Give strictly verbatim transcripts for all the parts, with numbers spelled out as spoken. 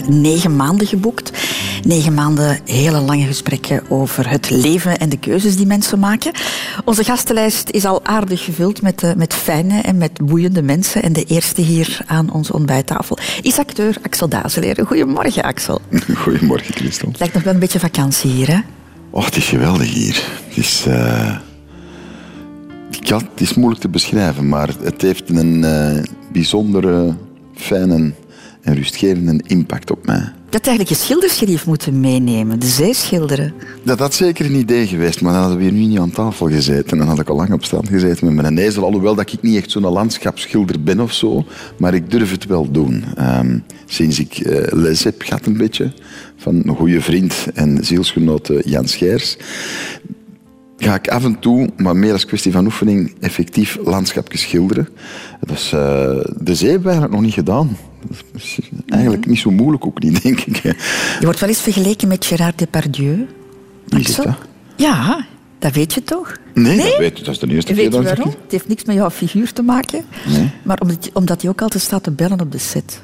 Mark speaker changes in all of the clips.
Speaker 1: negen maanden geboekt. Negen maanden hele lange gesprekken over het leven en de keuzes die mensen maken. Onze gastenlijst is al aardig gevuld met, uh, met fijne en met boeiende mensen. En de eerste hier aan onze ontbijttafel is acteur Axel Dazeleer. Goedemorgen, Axel.
Speaker 2: Goedemorgen, Christel.
Speaker 1: Het lijkt nog wel een beetje vakantie hier, hè?
Speaker 2: Oh, het is geweldig hier. Het is... Uh... Ja, het is moeilijk te beschrijven, maar het heeft een uh, bijzondere, fijne en rustgevende impact op mij.
Speaker 1: Je had eigenlijk je schilderschrift moeten meenemen, de zee schilderen.
Speaker 2: Dat had zeker een idee geweest, maar dan hadden we hier nu niet aan tafel gezeten. Dan had ik al lang op stand gezeten met mijn ezel. Alhoewel dat ik niet echt zo'n landschapsschilder ben of zo, maar ik durf het wel doen. Um, sinds ik uh, les heb gehad een beetje van een goede vriend en zielsgenoot Jan Scheers, ga ik af en toe, maar meer als kwestie van oefening, effectief landschapjes schilderen. Dus, uh, de zee hebben we eigenlijk nog niet gedaan. Dat is eigenlijk niet zo moeilijk ook niet, denk ik.
Speaker 1: Je wordt wel eens vergeleken met Gérard Depardieu.
Speaker 2: Wie is dat?
Speaker 1: Ja, dat weet je toch?
Speaker 2: Nee, nee? Dat, weet, dat is de eerste
Speaker 1: weet
Speaker 2: keer
Speaker 1: je
Speaker 2: dat
Speaker 1: waarom?
Speaker 2: ik...
Speaker 1: Het heeft niks met jouw figuur te maken.
Speaker 2: Nee.
Speaker 1: Maar omdat, omdat hij ook altijd staat te bellen op de set.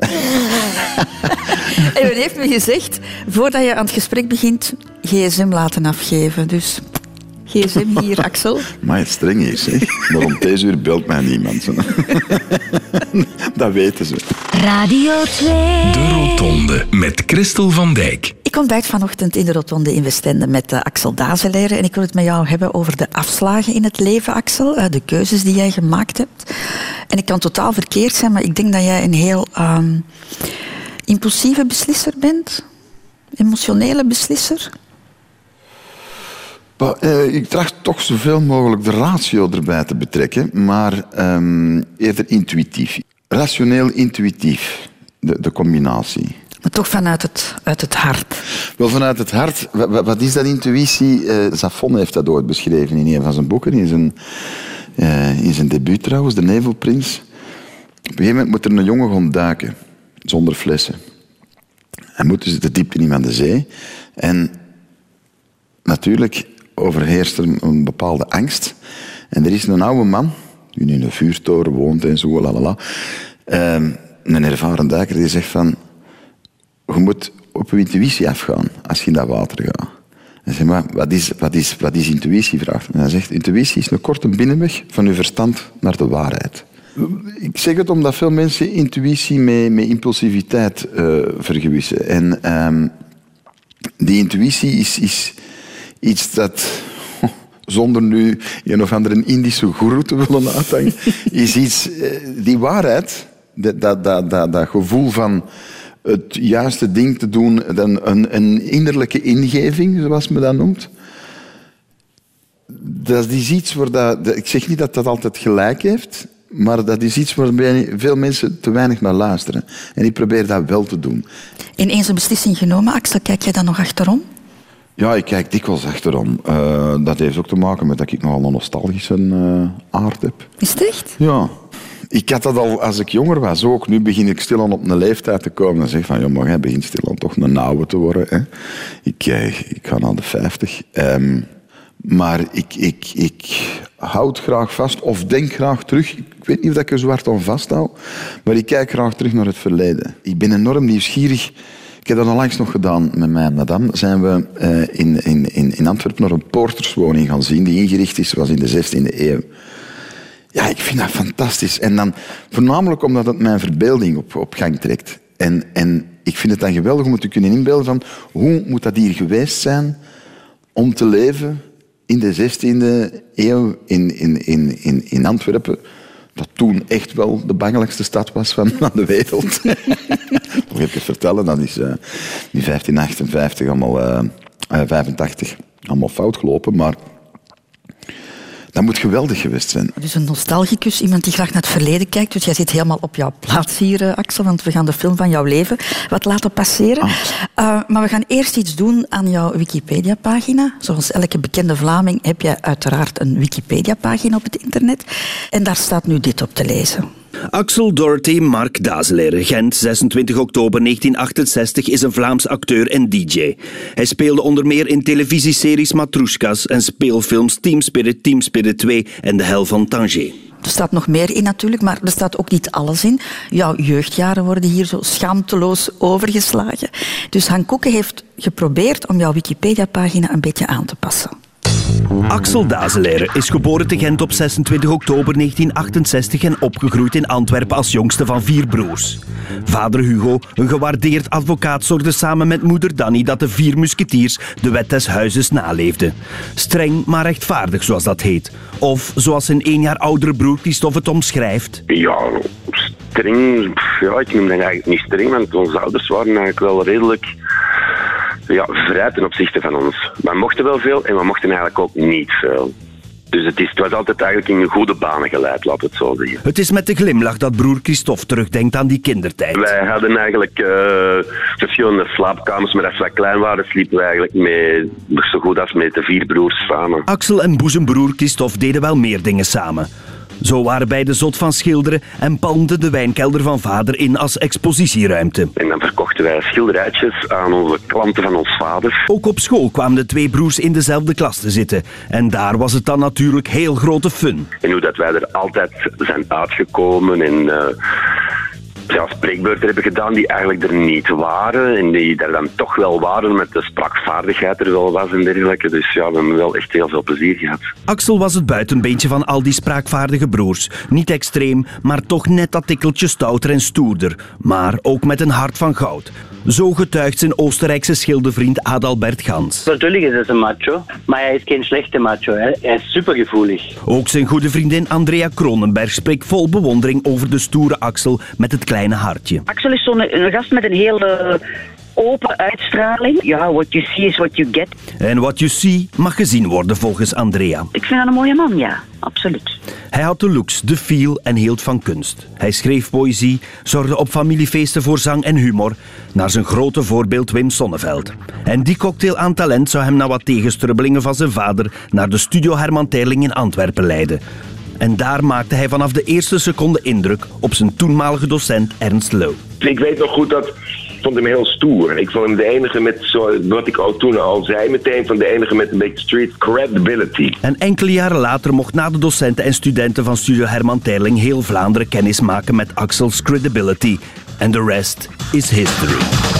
Speaker 1: En men heeft me gezegd, voordat je aan het gesprek begint, gsm laten afgeven. Dus... gsm hier, Axel.
Speaker 2: Maar het streng is, hè. Maar om deze uur belt mij niemand. Dat weten ze.
Speaker 3: Radio twee.
Speaker 4: De Rotonde met Christel van Dijk.
Speaker 1: Ik ontbijt vanochtend in de Rotonde in Westende met uh, Axel Dazeleer. En ik wil het met jou hebben over de afslagen in het leven, Axel. Uh, de keuzes die jij gemaakt hebt. En ik kan totaal verkeerd zijn, maar ik denk dat jij een heel um, impulsieve beslisser bent. Emotionele beslisser.
Speaker 2: Ik tracht toch zoveel mogelijk de ratio erbij te betrekken, maar um, eerder intuïtief. Rationeel, intuïtief, de, de combinatie.
Speaker 1: Maar toch vanuit het, uit het hart.
Speaker 2: Wel, vanuit het hart. Wat, wat is dat intuïtie? Uh, Zafon heeft dat ooit beschreven in een van zijn boeken, in zijn, uh, in zijn debuut trouwens, De Nevelprins. Op een gegeven moment moet er een jongen gaan duiken, zonder flessen. Hij moet dus de diepte in aan de zee. En natuurlijk overheerst er een bepaalde angst. En er is een oude man, die in een vuurtoren woont en zo, lalala. Um, een ervaren duiker die zegt van... Je moet op je intuïtie afgaan als je in dat water gaat. En zeg maar, wat is, wat is, wat is intuïtie? Vraagt. En hij zegt, intuïtie is een korte binnenweg van je verstand naar de waarheid. Ik zeg het omdat veel mensen intuïtie met, met impulsiviteit uh, vergewissen. En um, die intuïtie is... is iets dat, zonder nu een of andere Indische goeroe te willen uithangen, is iets, die waarheid, dat, dat, dat, dat, dat gevoel van het juiste ding te doen, een, een innerlijke ingeving, zoals men dat noemt. Dat is iets waar dat, ik zeg niet dat dat altijd gelijk heeft, maar dat is iets waar veel mensen te weinig naar luisteren. En ik probeer dat wel te doen.
Speaker 1: In eens een beslissing genomen, Axel, kijk jij dan nog achterom?
Speaker 2: Ja, ik kijk dikwijls achterom. Uh, dat heeft ook te maken met dat ik nogal een nostalgische uh, aard heb.
Speaker 1: Is het echt?
Speaker 2: Ja. Ik had dat al als ik jonger was ook. Nu begin ik stilaan op een leeftijd te komen. Dan zeg ik van, ja, maar jij begint stilaan toch een oude te worden. Hè? Ik, uh, ik ga naar de vijftig. Um, maar ik, ik, ik houd graag vast of denk graag terug. Ik weet niet of ik er zo hard aan vasthoud, maar ik kijk graag terug naar het verleden. Ik ben enorm nieuwsgierig. Ik heb dat onlangs nog gedaan met mijn madame. Zijn we uh, in, in, in Antwerpen naar een poorterswoning gaan zien die ingericht is, was in de zestiende eeuw. Ja, ik vind dat fantastisch. En dan voornamelijk omdat het mijn verbeelding op, op gang trekt. En, en ik vind het dan geweldig om het te kunnen inbeelden van hoe moet dat hier geweest zijn om te leven in de zestiende eeuw in, in, in, in, in Antwerpen. Dat toen echt wel de bangelijkste stad was van de wereld. Nog even vertellen, dat is uh, in vijftien achtenvijftig, allemaal, uh, uh, vijfentachtig, allemaal fout gelopen, maar dat moet geweldig geweest zijn.
Speaker 1: Dus een nostalgicus, iemand die graag naar het verleden kijkt. Dus jij zit helemaal op jouw plaats hier, uh, Axel, want we gaan de film van jouw leven wat laten passeren. Ah. Uh, maar we gaan eerst iets doen aan jouw Wikipedia-pagina. Zoals elke bekende Vlaming heb jij uiteraard een Wikipedia-pagina op het internet. En daar staat nu dit op te lezen.
Speaker 5: Axel Dorothy Mark Dazeleer, Gent, zesentwintig oktober negentien achtenzestig, is een Vlaams acteur en D J. Hij speelde onder meer in televisieseries Matroeskas en speelfilms Team Spirit, Team Spirit twee en De Hel van Tanger.
Speaker 1: er staat nog meer in natuurlijk, maar er staat ook niet alles in. Jouw jeugdjaren worden hier zo schaamteloos overgeslagen. Dus Han Koeke heeft geprobeerd om jouw Wikipedia-pagina een beetje aan te passen.
Speaker 5: Axel Dazelere is geboren te Gent op zesentwintig oktober negentien achtenzestig en opgegroeid in Antwerpen als jongste van vier broers. Vader Hugo, een gewaardeerd advocaat, zorgde samen met moeder Danny dat de vier musketiers de wet des huizes naleefden. Streng, maar rechtvaardig, zoals dat heet. Of, zoals zijn één jaar oudere broer Christophe het omschrijft.
Speaker 6: Ja, streng. Ja, ik noem dat eigenlijk niet streng, want onze ouders waren eigenlijk wel redelijk... Ja, vrij ten opzichte van ons. We mochten wel veel en we mochten eigenlijk ook niet veel. Dus het, is, het was altijd eigenlijk in goede banen geleid, laat het zo zeggen.
Speaker 5: Het is met de glimlach dat broer Christophe terugdenkt aan die kindertijd.
Speaker 6: Wij hadden eigenlijk uh, verschillende slaapkamers, maar als we klein waren sliepen we eigenlijk mee, zo goed als met de vier broers samen.
Speaker 5: Axel en boezembroer Christophe deden wel meer dingen samen. Zo waren beide zot van schilderen en palmden de wijnkelder van vader in als expositieruimte.
Speaker 6: En dan verkochten wij schilderijtjes aan onze klanten van ons vader.
Speaker 5: Ook op school kwamen de twee broers in dezelfde klas te zitten. En daar was het dan natuurlijk heel grote fun.
Speaker 6: En hoe dat wij er altijd zijn uitgekomen en... Uh, Ja, spreekbeurten hebben gedaan die eigenlijk er niet waren en die er dan toch wel waren met de spraakvaardigheid er wel was en dergelijke. Dus ja, we hebben wel echt heel veel plezier gehad.
Speaker 5: Axel was het buitenbeentje van al die spraakvaardige broers. Niet extreem, maar toch net dat tikkeltje stouter en stoerder. Maar ook met een hart van goud. Zo getuigt zijn Oostenrijkse schildervriend Adalbert Gans.
Speaker 7: Natuurlijk is hij een macho, maar hij is geen slechte macho. Hè. Hij is supergevoelig.
Speaker 5: Ook zijn goede vriendin Andrea Kronenberg spreekt vol bewondering over de stoere Axel met het kleine hartje.
Speaker 8: Axel is zo'n een gast met een hele open uitstraling. Ja, what you see is what you get.
Speaker 5: En what you see mag gezien worden volgens Andrea.
Speaker 8: Ik vind dat een mooie man, ja. Absoluut.
Speaker 5: Hij had de looks, de feel en hield van kunst. Hij schreef poëzie, zorgde op familiefeesten voor zang en humor, naar zijn grote voorbeeld Wim Sonneveld. En die cocktail aan talent zou hem na wat tegenstrubbelingen van zijn vader naar de Studio Herman Terling in Antwerpen leiden. En daar maakte hij vanaf de eerste seconde indruk op zijn toenmalige docent Ernst Louw.
Speaker 9: Ik weet nog goed dat... Ik vond hem heel stoer. Ik vond hem de enige met, zo, wat ik al toen al zei, meteen van de enige met een beetje street credibility.
Speaker 5: En enkele jaren later mocht na de docenten en studenten van Studio Herman Terling heel Vlaanderen kennis maken met Axel's credibility. En the rest is history.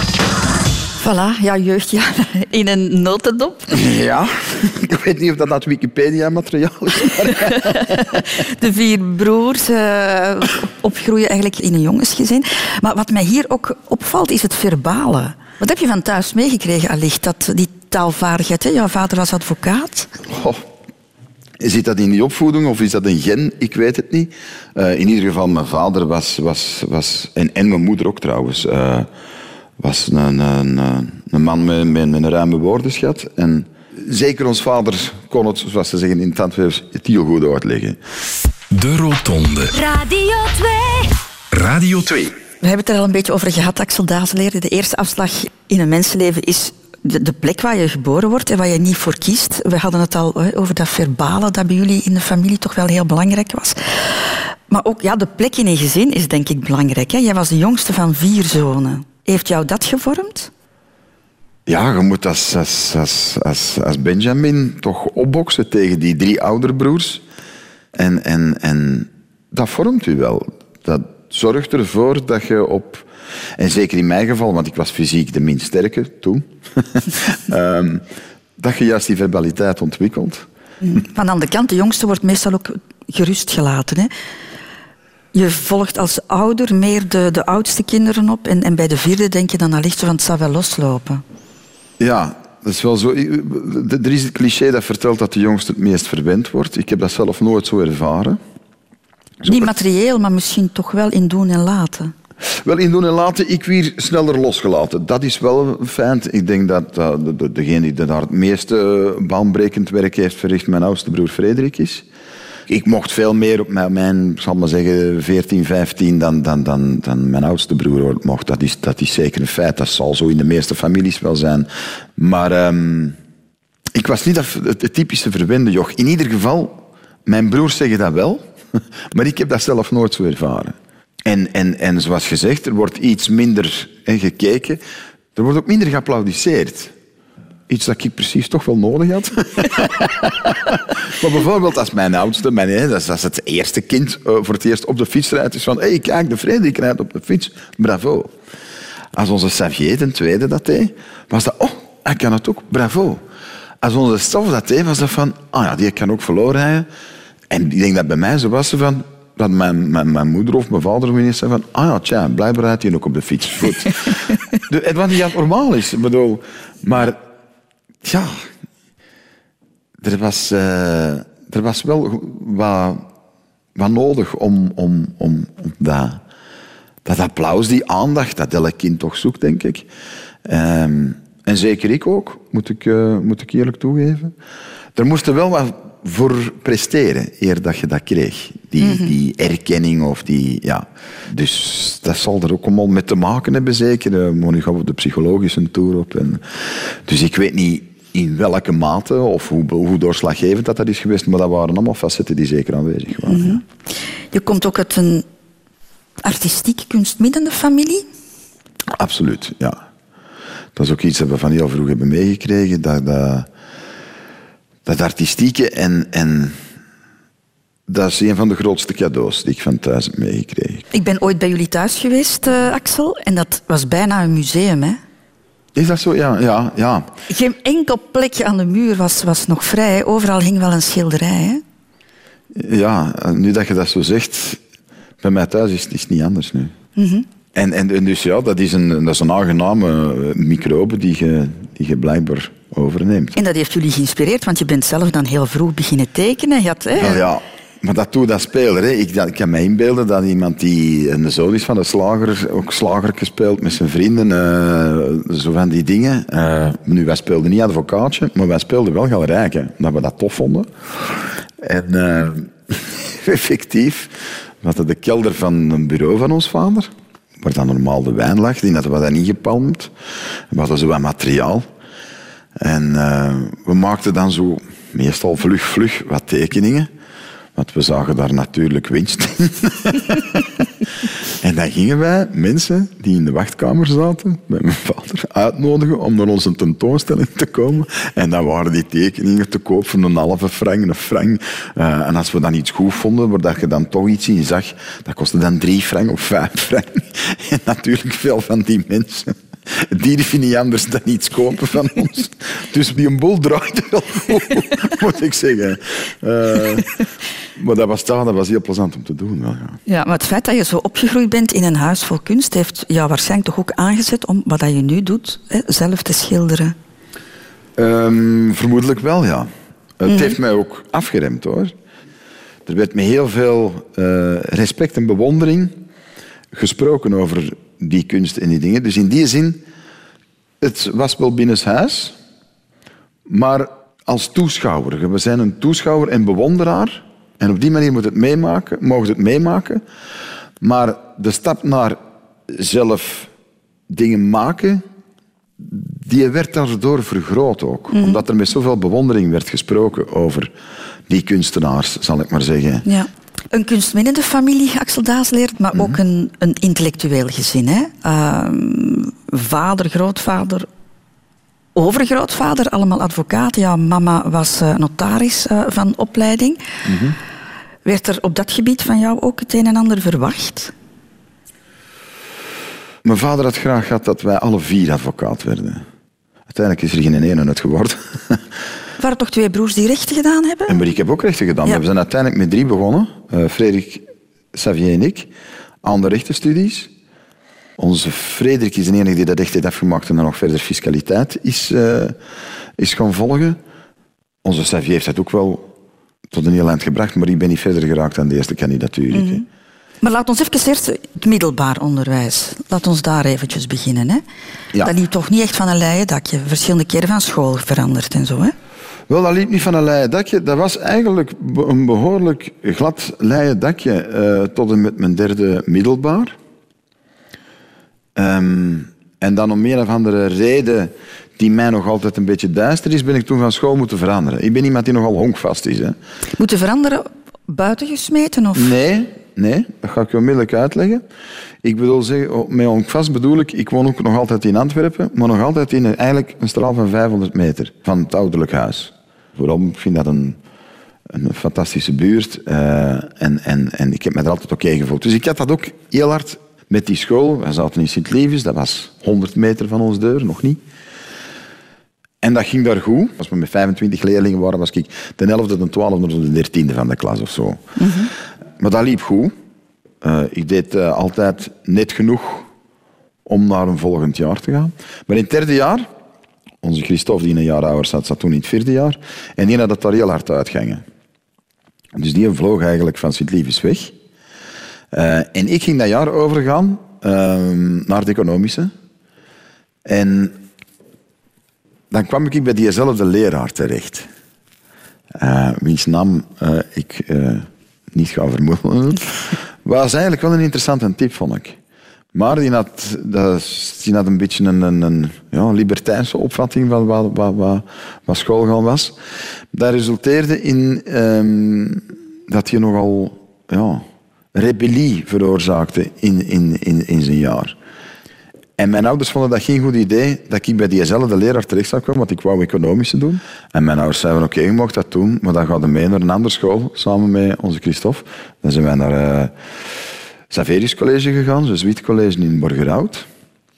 Speaker 1: Voilà, jouw jeugdjaren in een notendop.
Speaker 2: Ja, ik weet niet of dat, dat Wikipedia-materiaal is.
Speaker 1: De vier broers uh, opgroeien eigenlijk in een jongensgezin. Maar wat mij hier ook opvalt, is het verbale. Wat heb je van thuis meegekregen, allicht, dat, die taalvaardigheid? Hè? Jouw vader was advocaat.
Speaker 2: Oh. Zit dat in die opvoeding of is dat een gen? Ik weet het niet. Uh, in ieder geval, mijn vader was... was, was en, en mijn moeder ook trouwens... Uh, was een, een, een man met, met, met een ruime woordenschat. En zeker ons vader kon het, zoals ze zeggen in het Antwerps, het heel goed uitleggen.
Speaker 4: De Rotonde.
Speaker 3: Radio twee.
Speaker 4: Radio twee.
Speaker 1: We hebben het er al een beetje over gehad, Axel Dazelere. De eerste afslag in een mensenleven is de, de plek waar je geboren wordt en waar je niet voor kiest. We hadden het al hè, over dat verbale dat bij jullie in de familie toch wel heel belangrijk was. Maar ook ja, de plek in een gezin is denk ik belangrijk. Hè? Jij was de jongste van vier zonen. Heeft jou dat gevormd?
Speaker 2: Ja, je moet als, als, als, als, als Benjamin toch opboksen tegen die drie oudere broers. En, en, en dat vormt u wel. Dat zorgt ervoor dat je op... En zeker in mijn geval, want ik was fysiek de minst sterke toen. um, dat je juist die verbaliteit ontwikkelt.
Speaker 1: Van de andere kant, de jongste wordt meestal ook gerustgelaten, hè? Je volgt als ouder meer de, de oudste kinderen op en, en bij de vierde denk je dan allicht van het zal wel loslopen.
Speaker 2: Ja, dat is wel zo. Er is het cliché dat vertelt dat de jongste het meest verwend wordt. Ik heb dat zelf nooit zo ervaren. Zo
Speaker 1: Niet materieel, maar misschien toch wel in doen en laten.
Speaker 2: Wel, in doen en laten, ik weer sneller losgelaten. Dat is wel fijn. Ik denk dat uh, de, de, degene die daar het meeste baanbrekend werk heeft verricht mijn oudste broer Frederik is. Ik mocht veel meer op mijn, mijn ik zal maar zeggen, veertien, vijftien dan, dan, dan, dan mijn oudste broer mocht. Dat is, dat is zeker een feit. Dat zal zo in de meeste families wel zijn. Maar um, ik was niet dat, het, het typische verwende joch. In ieder geval, mijn broers zeggen dat wel. Maar ik heb dat zelf nooit zo ervaren. En, en, en zoals gezegd, er wordt iets minder hè, gekeken. Er wordt ook minder geapplaudisseerd. iets dat ik precies toch wel nodig had. Maar bijvoorbeeld als mijn oudste, mijn, hè, dat, is, dat is het eerste kind uh, voor het eerst op de fiets rijdt, is van, hé, hey, kijk, de Frederik rijdt op de fiets. Bravo. Als onze Xavier, de tweede, dat deed, was dat, oh, hij kan het ook. Bravo. Als onze Stof dat deed, was dat van, ah ja, die kan ook verloren rijden. En ik denk dat bij mij zo was ze van, dat mijn, mijn, mijn moeder of mijn vader of minister van, ah ja, tja, blijkbaar rijdt hij ook op de fiets. Goed. de, het wat niet normaal is. Ik bedoel, maar ja, er was, uh, er was wel wat, wat nodig om, om, om, om dat, dat applaus, die aandacht, dat elk kind toch zoekt, denk ik. Um, en zeker ik ook, moet ik, uh, moet ik eerlijk toegeven. Er moest er wel wat voor presteren, eer dat je dat kreeg. Die, mm-hmm. die erkenning of die... Ja. Dus dat zal er ook allemaal mee te maken hebben, zeker. Uh, maar ik ga op de psychologische tour op. En, dus ik weet niet in welke mate of hoe, hoe doorslaggevend dat, dat is geweest, maar dat waren allemaal facetten die zeker aanwezig waren.
Speaker 1: Mm-hmm. Je komt ook uit een artistiek kunstmiddende familie?
Speaker 2: Absoluut, ja. Dat is ook iets dat we van heel vroeg hebben meegekregen. Dat... dat Dat artistieke en, en dat is een van de grootste cadeaus die ik van thuis heb meegekregen.
Speaker 1: Ik ben ooit bij jullie thuis geweest, uh, Axel, en dat was bijna een museum, hè?
Speaker 2: Is dat zo? Ja, ja, ja.
Speaker 1: Geen enkel plekje aan de muur was, was nog vrij. Hè? Overal hing wel een schilderij, hè?
Speaker 2: Ja, nu dat je dat zo zegt, bij mij thuis is het is niet anders nu. Mm-hmm. En, en, en dus ja, dat is een, dat is een aangename microbe die je, die je blijkbaar overneemt.
Speaker 1: En dat heeft jullie geïnspireerd, want je bent zelf dan heel vroeg beginnen tekenen. Je had, hè?
Speaker 2: Nou ja, maar dat doet dat speler. Hè. Ik, dat, ik kan me inbeelden dat iemand die een zoon is van de slager, ook slagertje speelt met zijn vrienden, uh, zo van die dingen. Uh, nu, wij speelden niet advocaatje, maar wij speelden wel galerijke, omdat we dat tof vonden. En uh, effectief, we hadden de kelder van een bureau van ons vader, waar dan normaal de wijn lag, die hadden we dan ingepalmd. We hadden zo wat materiaal. En uh, we maakten dan zo, meestal vlug, vlug, wat tekeningen. Want we zagen daar natuurlijk winst in. En dan gingen wij mensen die in de wachtkamer zaten, bij mijn vader, uitnodigen om naar onze tentoonstelling te komen. En dan waren die tekeningen te koop voor een halve frank, een frank. Uh, en als we dan iets goed vonden, waar je dan toch iets in zag, dat kostte dan drie frank of vijf frank. En natuurlijk veel van die mensen, die durven niet anders dan iets kopen van ons. Dus die een boel draaide wel goed, moet ik zeggen. Uh, maar dat was, dat was heel plezant om te doen. Wel, ja.
Speaker 1: Ja, maar het feit dat je zo opgegroeid bent in een huis vol kunst heeft jou waarschijnlijk toch ook aangezet om wat je nu doet, hè, zelf te schilderen?
Speaker 2: Um, vermoedelijk wel, ja. Het mm-hmm. heeft mij ook afgeremd, hoor. Er werd met heel veel uh, respect en bewondering gesproken over die kunst en die dingen. Dus in die zin, het was wel binnenshuis, maar als toeschouwer. We zijn een toeschouwer en bewonderaar. En op die manier moet het meemaken, mogen het meemaken. Maar de stap naar zelf dingen maken, die werd daardoor vergroot ook. Mm. Omdat er met zoveel bewondering werd gesproken over die kunstenaars, zal ik maar zeggen. Ja.
Speaker 1: Een kunstminnende familie, Axel Dazeleert, maar mm-hmm. ook een, een intellectueel gezin. Hè? Uh, vader, grootvader, overgrootvader, allemaal advocaat. Ja, mama was uh, notaris uh, van opleiding. Mm-hmm. Werd er op dat gebied van jou ook het een en ander verwacht?
Speaker 2: Mijn vader had graag gehad dat wij alle vier advocaat werden. Uiteindelijk is er geen ene uit geworden.
Speaker 1: Er waren toch twee broers die rechten gedaan hebben?
Speaker 2: En maar ik heb ook rechten gedaan. Ja. We zijn uiteindelijk met drie begonnen. Uh, Frederik, Xavier en ik. Aan de rechtenstudies. Onze Frederik is de enige die dat echt heeft afgemaakt en dan nog verder fiscaliteit is, uh, is gaan volgen. Onze Xavier heeft dat ook wel tot een heel eind gebracht, maar ik ben niet verder geraakt dan de eerste kandidatuur. Mm-hmm.
Speaker 1: Maar laat ons even eerst het middelbaar onderwijs. Laat ons daar eventjes beginnen. Hè? Ja. Dat liep toch niet echt van een leien dakje. Verschillende keren van school veranderd en zo, hè?
Speaker 2: Wel, dat liep niet van een leien dakje. Dat was eigenlijk een behoorlijk glad leien dakje uh, tot en met mijn derde middelbaar. Um, en dan om meer of andere reden die mij nog altijd een beetje duister is, ben ik toen van school moeten veranderen. Ik ben iemand die nogal honkvast is. Hè.
Speaker 1: Moeten veranderen buiten gesmeten? Of?
Speaker 2: Nee, nee, dat ga ik je onmiddellijk uitleggen. Ik bedoel zeggen, met Honkvast bedoel ik, ik woon ook nog altijd in Antwerpen, maar nog altijd in een, eigenlijk een straal van vijfhonderd meter van het ouderlijk huis. Vooral, ik vind dat een, een fantastische buurt uh, en, en, en ik heb me er altijd oké okay gevoeld. Dus ik had dat ook heel hard met die school. We zaten in Sint-Livius, dat was honderd meter van ons deur, nog niet. En dat ging daar goed. Als we met vijfentwintig leerlingen waren, was ik de elfde, de twaalfde of de dertiende van de klas of zo. Mm-hmm. Maar dat liep goed. Uh, ik deed uh, altijd net genoeg om naar een volgend jaar te gaan. Maar in het derde jaar, onze Christophe, die een jaar ouder zat, zat toen in het vierde jaar. En die had het daar heel hard uitgangen. Dus die vloog eigenlijk van Sint-Livius weg. Uh, en ik ging dat jaar overgaan uh, naar het economische. En dan kwam ik bij diezelfde leraar terecht. Uh, wiens naam uh, ik uh, niet ga vermoeden. Was eigenlijk wel een interessante tip, vond ik. Maar die had, dat, die had een beetje een, een, een ja, libertijnse opvatting van wat, wat, wat, wat schoolgaan was. Dat resulteerde in um, dat hij nogal ja, rebellie veroorzaakte in, in, in, in zijn jaar. En mijn ouders vonden dat geen goed idee dat ik bij diezelfde leraar terecht zou komen, want ik wou economische doen. En mijn ouders zeiden, oké, okay, je mag dat doen, maar dan gaan we mee naar een andere school, samen met onze Christophe. Dan zijn wij naar uh, Saverius College gegaan, Jesuit College in Borgerhout.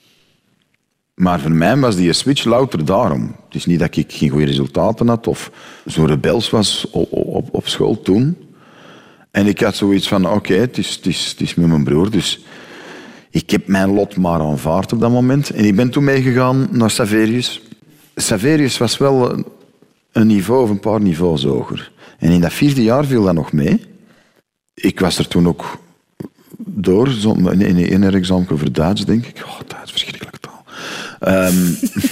Speaker 2: Maar voor mij was die switch louter daarom. Het is niet dat ik geen goede resultaten had of zo rebels was op, op, op school toen. En ik had zoiets van, oké, okay, het, is, het, is, het is met mijn broer, dus ik heb mijn lot maar aanvaard op dat moment. En ik ben toen meegegaan naar Saverius. Saverius was wel een niveau of een paar niveaus hoger. En in dat vierde jaar viel dat nog mee. Ik was er toen ook door, in een examen over Duits, denk ik. Oh, Duits, verschrikkelijke taal. Um,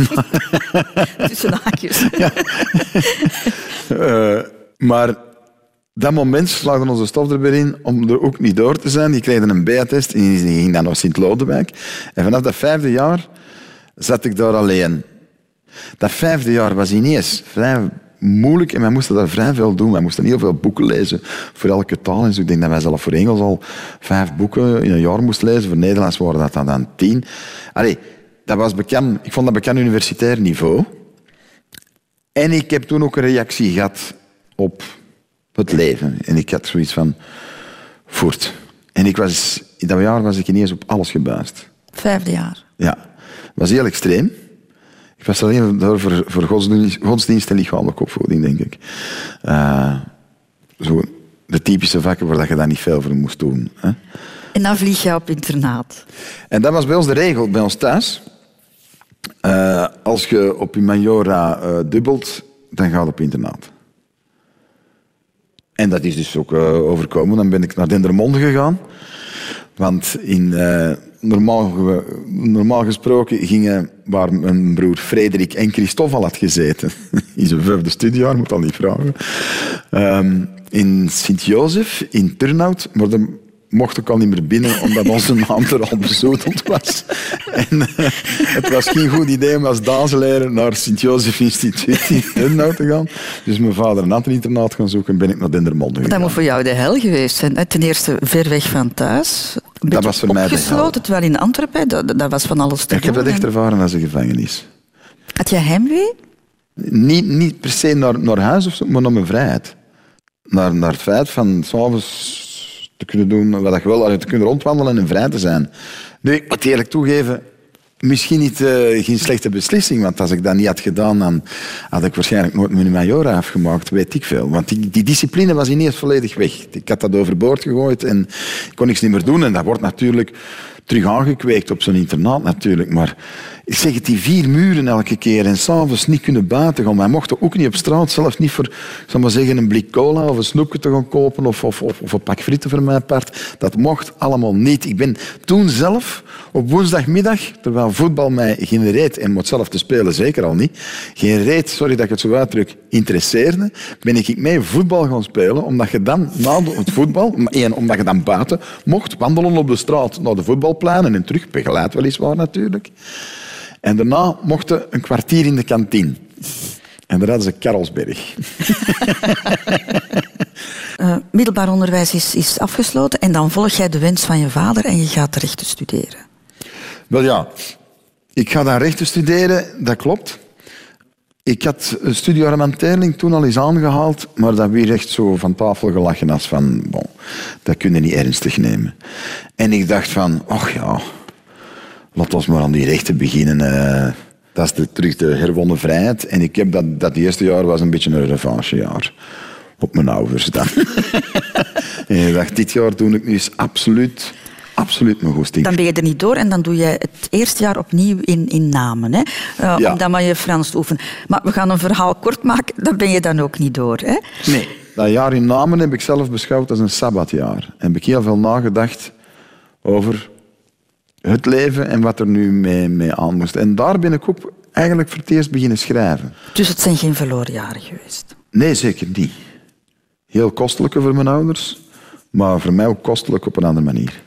Speaker 1: Tussen haakjes.
Speaker 2: Ja. uh, maar dat moment slaagde onze stof er weer in om er ook niet door te zijn. Die kregen een B A-test en die ging dan naar Sint-Lodewijk. En vanaf dat vijfde jaar zat ik daar alleen. Dat vijfde jaar was ineens vrij moeilijk en wij moesten daar vrij veel doen. Wij moesten heel veel boeken lezen voor elke taal. En zo. Ik denk dat wij zelf voor Engels al vijf boeken in een jaar moesten lezen. Voor Nederlands waren dat dan, dan tien. Allee, dat was bekend, ik vond dat bekend universitair niveau. En ik heb toen ook een reactie gehad op het leven. En ik had zoiets van, voort. En ik was, in dat jaar was ik ineens op alles gebuist.
Speaker 1: Vijfde jaar?
Speaker 2: Ja. Het was heel extreem. Ik was alleen door voor, voor godsdienst, godsdienst en lichamelijke opvoeding, denk ik. Uh, zo de typische vakken waar je daar niet veel voor moest doen. Hè.
Speaker 1: En dan vlieg je op internaat?
Speaker 2: En dat was bij ons de regel, bij ons thuis. Uh, als je op je majora uh, dubbelt, dan ga je op internaat. En dat is dus ook uh, overkomen. Dan ben ik naar Dendermonde gegaan. Want in, uh, normaal, normaal gesproken gingen waar mijn broer Frederik en Christophe al had gezeten. In zijn vijfde studiejaar, moet al niet vragen. Um, in Sint-Jozef, in Turnhout. Maar daar mocht ik al niet meer binnen, omdat onze naam er al bezoedeld was. En uh, het was geen goed idee om als dazelaar naar Sint-Jozef Instituut in Turnhout te gaan. Dus mijn vader een ander internaat gaan zoeken en ben ik naar Dendermonde gegaan.
Speaker 1: Dat moet voor jou de hel geweest zijn. Ten eerste ver weg van thuis. Een
Speaker 2: dat was voor mij de hel.
Speaker 1: Opgesloten, terwijl in Antwerpen, dat, dat was van alles te doen.
Speaker 2: Ik heb dat echt ervaren als een gevangenis.
Speaker 1: Had je heimwee?
Speaker 2: Niet, niet per se naar, naar huis of zo, maar naar mijn vrijheid. Naar, naar het feit van 's avonds te kunnen doen wat je wil, te kunnen rondwandelen en vrij te zijn. Nu, ik moet eerlijk toegeven, misschien niet, uh, geen slechte beslissing, want als ik dat niet had gedaan, dan had ik waarschijnlijk nooit mijn majora afgemaakt, weet ik veel. Want die, die discipline was ineens volledig weg. Ik had dat overboord gegooid en ik kon niks niet meer doen. En dat wordt natuurlijk terug aangekweekt op zo'n internaat natuurlijk. Maar ik zeg het, die vier muren elke keer en s'avonds niet kunnen buiten gaan. Wij mochten ook niet op straat, zelfs niet voor, ik zal maar zeggen, een blik cola of een snoepje te gaan kopen of, of, of, of een pak frieten voor mijn part. Dat mocht allemaal niet. Ik ben toen zelf op woensdagmiddag, terwijl voetbal mij geen reet, en moet zelf te spelen zeker al niet, geen reet, sorry dat ik het zo uitdruk, interesseerde, ben ik mee voetbal gaan spelen, omdat je dan na het voetbal, één, omdat je dan buiten mocht wandelen op de straat naar de voetbalpleinen en terug, begeleid weliswaar natuurlijk. En daarna mochten een kwartier in de kantine. En daar hadden ze Karlsberg.
Speaker 1: Uh, middelbaar onderwijs is, is afgesloten en dan volg jij de wens van je vader en je gaat rechten studeren.
Speaker 2: Wel ja, ik ga dan rechten studeren, dat klopt. Ik had Studio Herman Terling toen al eens aangehaald, maar dat werd echt zo van tafel gelachen als van, bon, dat kun je niet ernstig nemen. En ik dacht van, ach ja, laat ons maar aan die rechten beginnen. Uh, dat is de, terug de herwonnen vrijheid. En ik heb dat, dat eerste jaar was een beetje een revanchejaar. Op mijn ouders dan. En ik dacht, dit jaar doe ik nu eens absoluut... Absoluut mijn goesting.
Speaker 1: Dan ben je er niet door en dan doe je het eerste jaar opnieuw in, in Namen. Hè? Uh, ja. Omdat maar je Frans te oefenen. Maar we gaan een verhaal kort maken, dan ben je dan ook niet door. Hè?
Speaker 2: Nee. Dat jaar in Namen heb ik zelf beschouwd als een sabbatjaar. En heb ik heel veel nagedacht over het leven en wat er nu mee, mee aan moest. En daar ben ik ook eigenlijk voor het eerst beginnen schrijven.
Speaker 1: Dus het zijn geen verloren jaren geweest?
Speaker 2: Nee, zeker niet. Heel kostelijke voor mijn ouders. Maar voor mij ook kostelijk op een andere manier.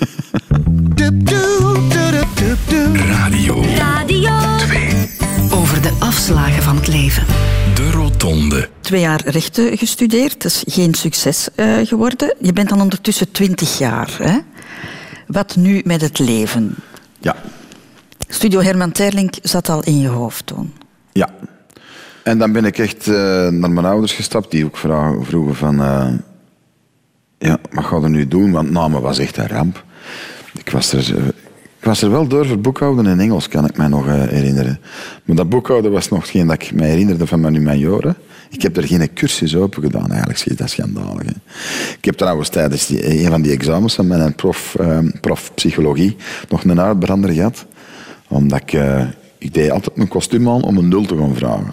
Speaker 4: Radio.
Speaker 3: Radio
Speaker 4: twee.
Speaker 10: Over de afslagen van het leven.
Speaker 4: De Rotonde.
Speaker 1: Twee jaar rechten gestudeerd, dat is geen succes uh, geworden. Je bent dan ondertussen twintig jaar. Hè? Wat nu met het leven?
Speaker 2: Ja.
Speaker 1: Studio Herman Terling zat al in je hoofd toen.
Speaker 2: Ja. En dan ben ik echt uh, naar mijn ouders gestapt, die ook vragen, vroegen van... Uh, ja, wat ga je nu doen? Want Namen was echt een ramp. Ik was er, uh, ik was er wel door voor boekhouden in Engels, kan ik mij nog uh, herinneren. Maar dat boekhouden was nog geen dat ik me herinnerde van mijn majoren. Ik heb er geen cursus open gedaan, eigenlijk. Dat is schandalig. Hè. Ik heb trouwens tijdens die, een van die examens van mijn prof, uh, prof psychologie nog een uitbrander gehad. Omdat ik... Uh, Ik deed altijd mijn kostuum aan om een nul te gaan vragen.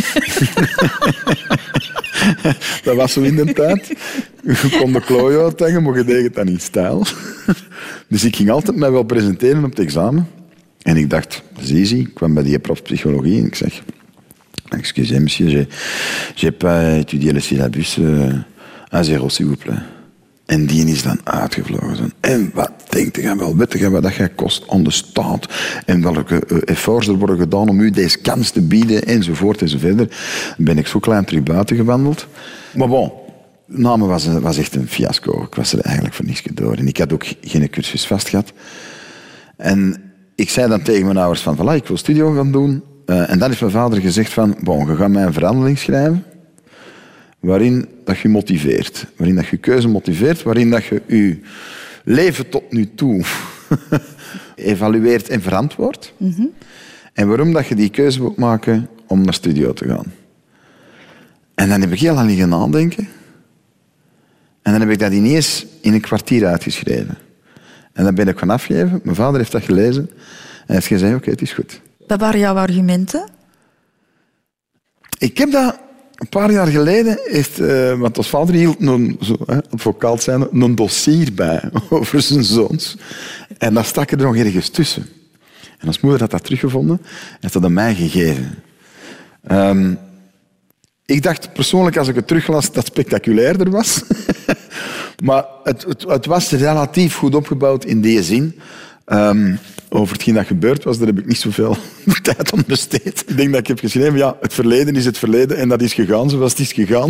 Speaker 2: Dat was zo in de tijd. Je kon de klooi uithangen, maar je deed het dan in stijl. Dus ik ging altijd mij wel presenteren op het examen. En ik dacht, dat is easy. Ik kwam bij die prof psychologie en ik zeg... Excusez, monsieur, j'ai, j'ai pas étudié le syllabus. Uh, à zéro, s'il vous plaît. En die is dan uitgevlogen. En wat denkt je wel? Weet je wat dat jij kost aan de staat? En welke efforts er worden gedaan om u deze kans te bieden? Enzovoort enzovoort. Dan ben ik zo klein terug buiten gewandeld. Maar bon, Namen was, was echt een fiasco. Ik was er eigenlijk voor niets door. En ik had ook geen cursus vast gehad. En ik zei dan tegen mijn ouders van, voilà, ik wil studio gaan doen. Uh, en dan heeft mijn vader gezegd van, bon, je gaat mij een verhandeling schrijven. Waarin dat je motiveert. Waarin dat je keuze motiveert. Waarin dat je je leven tot nu toe evalueert en verantwoordt. Mm-hmm. En waarom dat je die keuze wilt maken om naar studio te gaan. En dan heb ik heel lang liggen nadenken. En dan heb ik dat ineens in een kwartier uitgeschreven. En dan ben ik gaan afgeven. Mijn vader heeft dat gelezen. En heeft gezegd, oké, okay, het is goed.
Speaker 1: Wat waren jouw argumenten?
Speaker 2: Ik heb dat... Een paar jaar geleden heeft, uh, want ons vader hield een, zo, hè, advocaat zijn, een dossier bij over zijn zoons. En dat stak er nog ergens tussen. En als moeder had dat teruggevonden en heeft dat aan mij gegeven. Um, ik dacht persoonlijk, als ik het teruglas, dat het spectaculairder was. Maar het, het, het was relatief goed opgebouwd in die zin. Um, over hetgeen dat gebeurd was, daar heb ik niet zoveel tijd aan besteed. Ik denk dat ik heb geschreven, ja, het verleden is het verleden en dat is gegaan zoals het is gegaan.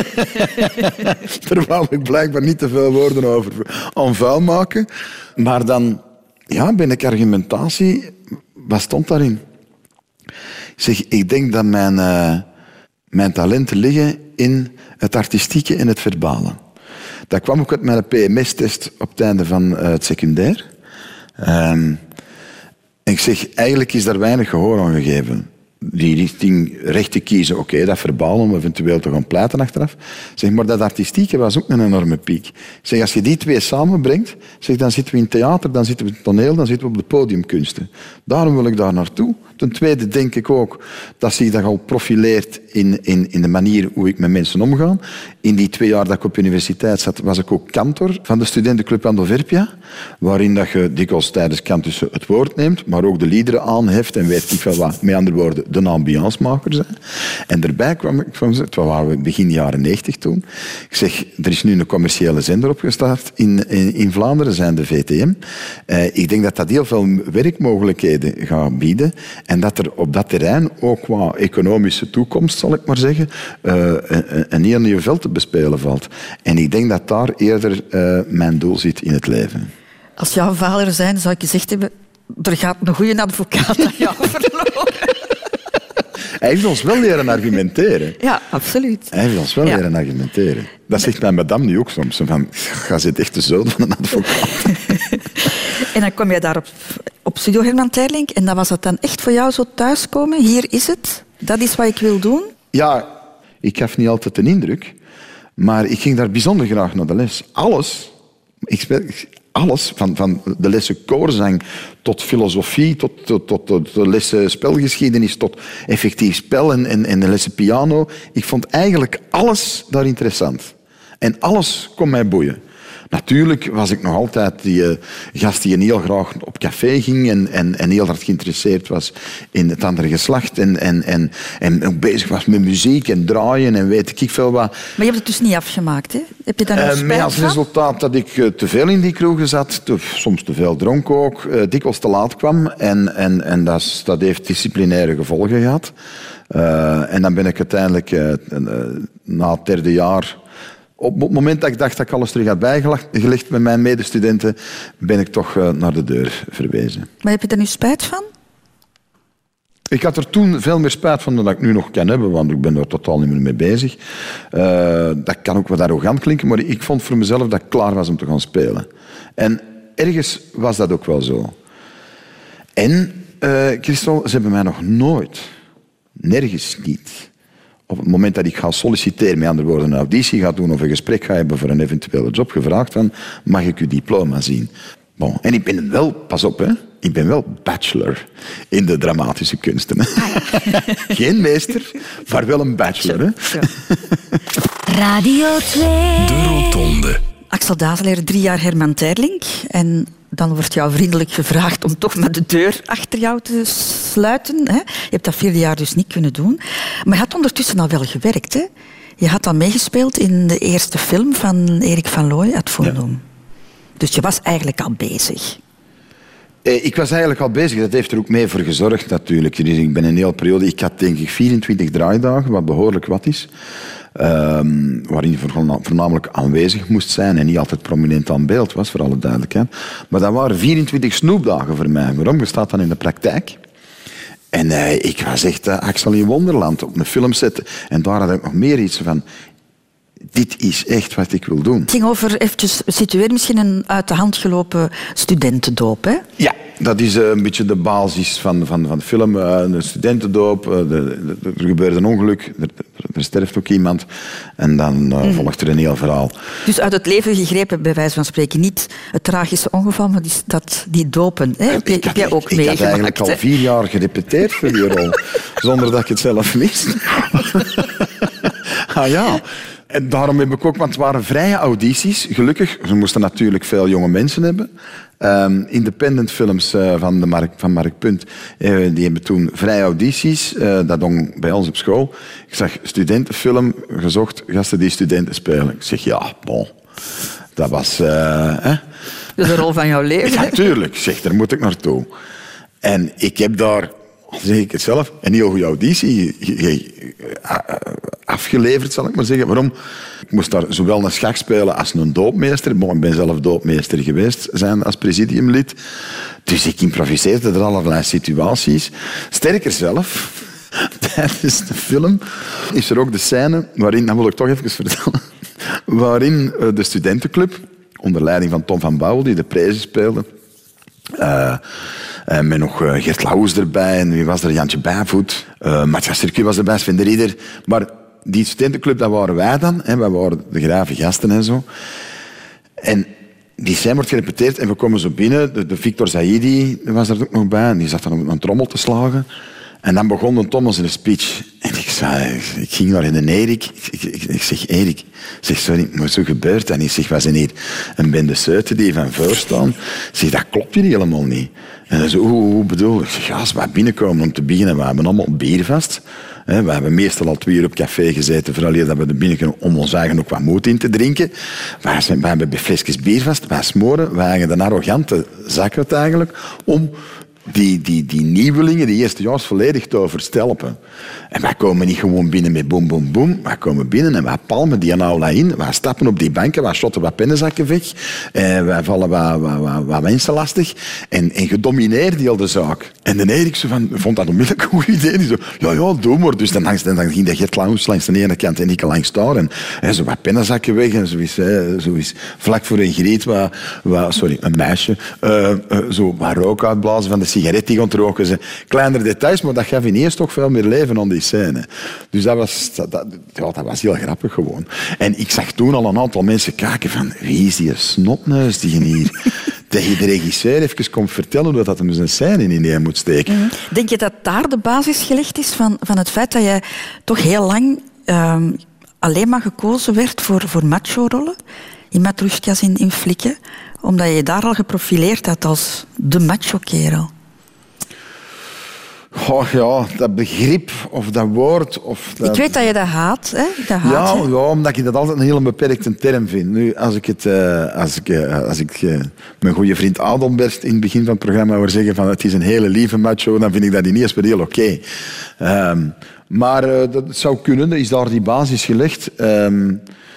Speaker 2: Daar wou ik blijkbaar niet te veel woorden over aan vuil maken. Maar dan ja, ben ik argumentatie... Wat stond daarin? Ik zeg, ik denk dat mijn, uh, mijn talenten liggen in het artistieke en het verbale. Dat kwam ook uit mijn P M S-test op het einde van uh, het secundair. Um, en ik zeg, eigenlijk is daar weinig gehoor aan gegeven. Die richting rechten kiezen, oké, okay, dat verbaal om eventueel te gaan pleiten achteraf. Zeg, maar dat artistieke was ook een enorme piek. Zeg, als je die twee samenbrengt, zeg, dan zitten we in theater, dan zitten we in toneel, dan zitten we op de podiumkunsten. Daarom wil ik daar naartoe. Ten tweede denk ik ook dat zich dat al profileert in, in, in de manier hoe ik met mensen omga. In die twee jaar dat ik op universiteit zat, was ik ook kantor van de studentenclub Andoverpia, waarin dat je dikwijls tijdens kantussen het woord neemt, maar ook de liederen aanheft en weet ik veel wat. Met andere woorden, de ambiancemaker zijn. En daarbij kwam ik van, het waren we begin jaren negentig toen. Ik zeg, er is nu een commerciële zender opgestart in, in, in Vlaanderen, zijn de V T M. Uh, ik denk dat dat heel veel werkmogelijkheden gaat bieden. En dat er op dat terrein, ook qua economische toekomst, zal ik maar zeggen, uh, een, een heel nieuw veld te bespelen valt. En ik denk dat daar eerder uh, mijn doel zit in het leven.
Speaker 1: Als jouw vader zijn, zou ik gezegd hebben, er gaat een goede advocaat aan jou verloren.
Speaker 2: Hij heeft ons wel leren argumenteren.
Speaker 1: Ja, absoluut.
Speaker 2: Hij heeft ons wel
Speaker 1: ja.
Speaker 2: leren argumenteren. Dat zegt mijn madame nu ook soms. Van, ga zit echt de zoon van een advocaat.
Speaker 1: En dan kom je daar op, op Studio Herman Terling. En dan was dat dan echt voor jou zo thuiskomen? Hier is het. Dat is wat ik wil doen?
Speaker 2: Ja, ik gaf niet altijd een indruk. Maar ik ging daar bijzonder graag naar de les. Alles... Ik speel, alles, van, van de lessen koorzang tot filosofie, tot, tot, tot, tot de lessen spelgeschiedenis, tot effectief spel en, en, en de lessen piano. Ik vond eigenlijk alles daar interessant. En alles kon mij boeien. Natuurlijk was ik nog altijd die uh, gast die heel graag op café ging en, en, en heel hard geïnteresseerd was in het andere geslacht en, en, en, en ook bezig was met muziek en draaien en weet ik veel wat.
Speaker 1: Maar je hebt het dus niet afgemaakt, hè? Heb je daar nog
Speaker 2: Uh,
Speaker 1: spijt
Speaker 2: met als
Speaker 1: van?
Speaker 2: resultaat dat ik uh, te veel in die kroegen zat, te, soms te veel dronk ook, uh, dikwijls te laat kwam en, en, en dat, is, dat heeft disciplinaire gevolgen gehad. Uh, en dan ben ik uiteindelijk uh, uh, na het derde jaar... Op het moment dat ik dacht dat ik alles terug had bijgelegd met mijn medestudenten, ben ik toch uh, naar de deur verwezen.
Speaker 1: Maar heb je daar nu spijt van?
Speaker 2: Ik had er toen veel meer spijt van dan ik nu nog kan hebben, want ik ben er totaal niet meer mee bezig. Uh, dat kan ook wat arrogant klinken, maar ik vond voor mezelf dat ik klaar was om te gaan spelen. En ergens was dat ook wel zo. En, uh, Christel, ze hebben mij nog nooit, nergens niet... op het moment dat ik ga solliciteren, met andere woorden een auditie ga doen of een gesprek ga hebben voor een eventuele job, gevraagd van, mag ik uw diploma zien? Bon. En ik ben wel, pas op, hè, ik ben wel bachelor in de dramatische kunsten. Ah, ja. Geen meester, maar wel een bachelor. Hè.
Speaker 3: Ja. Radio twee.
Speaker 4: De Rotonde.
Speaker 1: Axel Dazeleer, drie jaar Herman Terling. En dan wordt jou vriendelijk gevraagd om toch maar de deur achter jou te sluiten. Hè? Je hebt dat vierde jaar dus niet kunnen doen. Maar je had ondertussen al wel gewerkt. Hè? Je had al meegespeeld in de eerste film van Erik van Looy, Ad Fundum. Ja. Dus je was eigenlijk al bezig.
Speaker 2: Ik was eigenlijk al bezig. Dat heeft er ook mee voor gezorgd natuurlijk. Ik ben een hele periode... Ik had denk ik vierentwintig draaidagen, wat behoorlijk wat is. Um, waarin je voornamelijk aanwezig moest zijn en niet altijd prominent aan beeld was, voor alle duidelijkheid. Maar dat waren vierentwintig snoepdagen voor mij. Waarom? Je staat dan in de praktijk. En uh, ik was echt uh, Axel in Wonderland op een filmset. En daar had ik nog meer iets van... Dit is echt wat ik wil doen.
Speaker 1: Het ging over, eventjes situeren, misschien een uit de hand gelopen studentendoop, hè?
Speaker 2: Ja, dat is uh, een beetje de basis van, van, van de film. Uh, de studentendoop, uh, de, de, er gebeurt een ongeluk, er, er sterft ook iemand. En dan uh, mm. volgt er een heel verhaal.
Speaker 1: Dus uit het leven gegrepen, bij wijze van spreken. Niet het tragische ongeval, maar die, dat, die dopen. Hè? Heb, je,
Speaker 2: ik had,
Speaker 1: heb jij ook
Speaker 2: ik, ik had eigenlijk al vier jaar gerepeteerd voor die rol. Zonder dat ik het zelf wist. Ah ja... En daarom heb ik ook, want het waren vrije audities, gelukkig. Ze moesten natuurlijk veel jonge mensen hebben. Um, independent films uh, van, de Mark, van Mark Punt, uh, die hebben toen vrije audities. Uh, dat hong bij ons op school. Ik zag studentenfilm gezocht, gasten die studenten spelen. Ik zeg, ja, bon. Dat was... Uh, hè?
Speaker 1: Dat is de rol van jouw leven.
Speaker 2: Ja, tuurlijk. Ik zeg, daar moet ik naartoe. En ik heb daar... Al zeg ik het zelf, een heel goede auditie afgeleverd, zal ik maar zeggen. Waarom? Ik moest daar zowel een schach spelen als een doopmeester. Ik ben zelf doopmeester geweest zijn als presidiumlid. Dus ik improviseerde er allerlei situaties. Sterker zelf, tijdens de film is er ook de scène waarin, dat wil ik toch even vertellen, waarin de studentenclub, onder leiding van Tom van Bouwel, die de prijzen speelde, Uh, uh, met nog uh, Gert Lauwers erbij, en wie was er? Jantje Bijvoet, uh, Matthias Circuit was erbij, Sven de Rieder. Maar die studentenclub, dat waren wij dan. Hè, wij waren de grave gasten en zo. En die scène wordt gerepeteerd en we komen zo binnen. De, de Victor Zaidi was er ook nog bij en die zat dan op een trommel te slagen. En dan begon de Thomas in de speech. En ik, zei, ik ging naar in de Erik. Ik, ik, ik zeg, Erik, ik zeg, sorry, maar zo gebeurt dat niet. Ik zeg, wij zijn hier een bende Suiten die van voor staan. Ik zeg, dat klopt hier helemaal niet. En hij zei, hoe, hoe bedoel ik? Ik zeg, ja, als wij binnenkomen om te beginnen, we hebben allemaal bier vast. We hebben meestal al twee uur op café gezeten, vooral hier dat we er binnen kunnen om ons eigen ook wat moed in te drinken. Wij, zijn, wij hebben flesjes bier vast, wij smoren, wij hangen een arrogante zak uit eigenlijk, om die, die, die nieuwelingen, die eerstejaars, volledig te overstelpen. En wij komen niet gewoon binnen met boem, boem, boem. Wij komen binnen en wij palmen die aula in. Wij stappen op die banken, wij shotten wat pennenzakken weg. En wij vallen wat, wat, wat, wat mensen lastig. En, en gedomineerd die al de zaak. En de Erik zo van, vond dat onmiddellijk een goed idee. Die zo, ja, ja, doe maar. Dus dan, langs, dan ging de Gert Laus langs de ene kant en ik langs daar. En, en zo wat pennenzakken weg. En zo is, hè, zo is vlak voor een griet, wat, wat, sorry, een meisje, uh, uh, zo wat rook uitblazen van de sigaret die gaan roken. Ze. Kleinere details, maar dat gaf ineens toch veel meer leven aan die scène. Dus dat was, dat, dat, ja, dat was heel grappig gewoon. En ik zag toen al een aantal mensen kijken van, wie is die snotneus die hier tegen de regisseur even komt vertellen hoe dat hem zijn scène in een moet steken.
Speaker 1: Mm. Denk je dat daar de basis gelegd is van, van het feit dat jij toch heel lang uh, alleen maar gekozen werd voor, voor macho-rollen? In Matrushkas, in, in Flikken? Omdat je je daar al geprofileerd had als de macho-kerel.
Speaker 2: Oh ja, dat begrip of dat woord... Of dat...
Speaker 1: Ik weet dat je dat haat. Hè? Dat haat
Speaker 2: ja,
Speaker 1: hè?
Speaker 2: ja, omdat ik dat altijd een hele beperkte term vind. Nu, als ik, het, uh, als ik, uh, als ik uh, mijn goede vriend Adelbert in het begin van het programma hoor zeggen van het is een hele lieve macho, dan vind ik dat ineens weer heel oké. Okay. Um, maar uh, dat zou kunnen, is daar die basis gelegd. Um,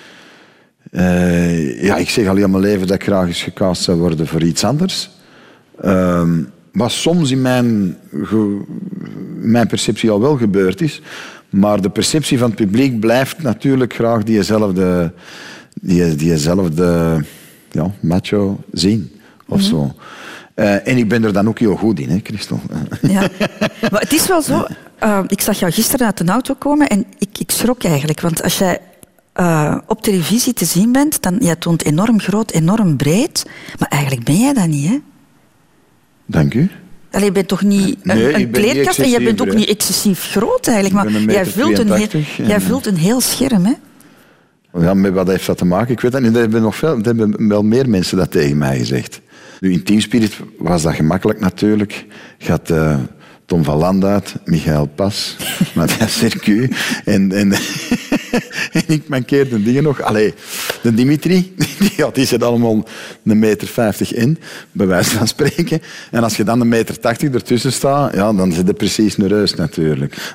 Speaker 2: uh, ja, ik zeg al heel mijn leven dat ik graag eens gecast zou worden voor iets anders. Um, Wat soms in mijn, ge, mijn perceptie al wel gebeurd is. Maar de perceptie van het publiek blijft natuurlijk graag diezelfde, die, diezelfde ja, macho zien. Of mm-hmm. zo. Uh, en ik ben er dan ook heel goed in, hè, Christel.
Speaker 1: Ja. Maar het is wel zo. Uh, ik zag jou gisteren uit de auto komen en ik, ik schrok eigenlijk. Want als jij uh, op televisie te zien bent, dan jij toont enorm groot, enorm breed. Maar eigenlijk ben jij dat niet, hè?
Speaker 2: Dank u.
Speaker 1: Allee, je bent toch niet een, nee, een kleedkast en je bent ook niet excessief groot eigenlijk. Maar jij vult, een heel, en... jij vult een heel scherm, hè?
Speaker 2: Ja, met wat heeft dat te maken? Ik weet dat niet. Er hebben, nog veel, er hebben wel meer mensen dat tegen mij gezegd. Nu, in Team Spirit was dat gemakkelijk natuurlijk. Je had uh, Tom van Landuit, Michael Pas, Matthias Sercu en... en En ik mankeerde dingen nog. Allee, de Dimitri, die, ja, die zit allemaal een meter vijftig in, bij wijze van spreken. En als je dan een meter tachtig ertussen staat, ja, dan zit je precies een reus natuurlijk.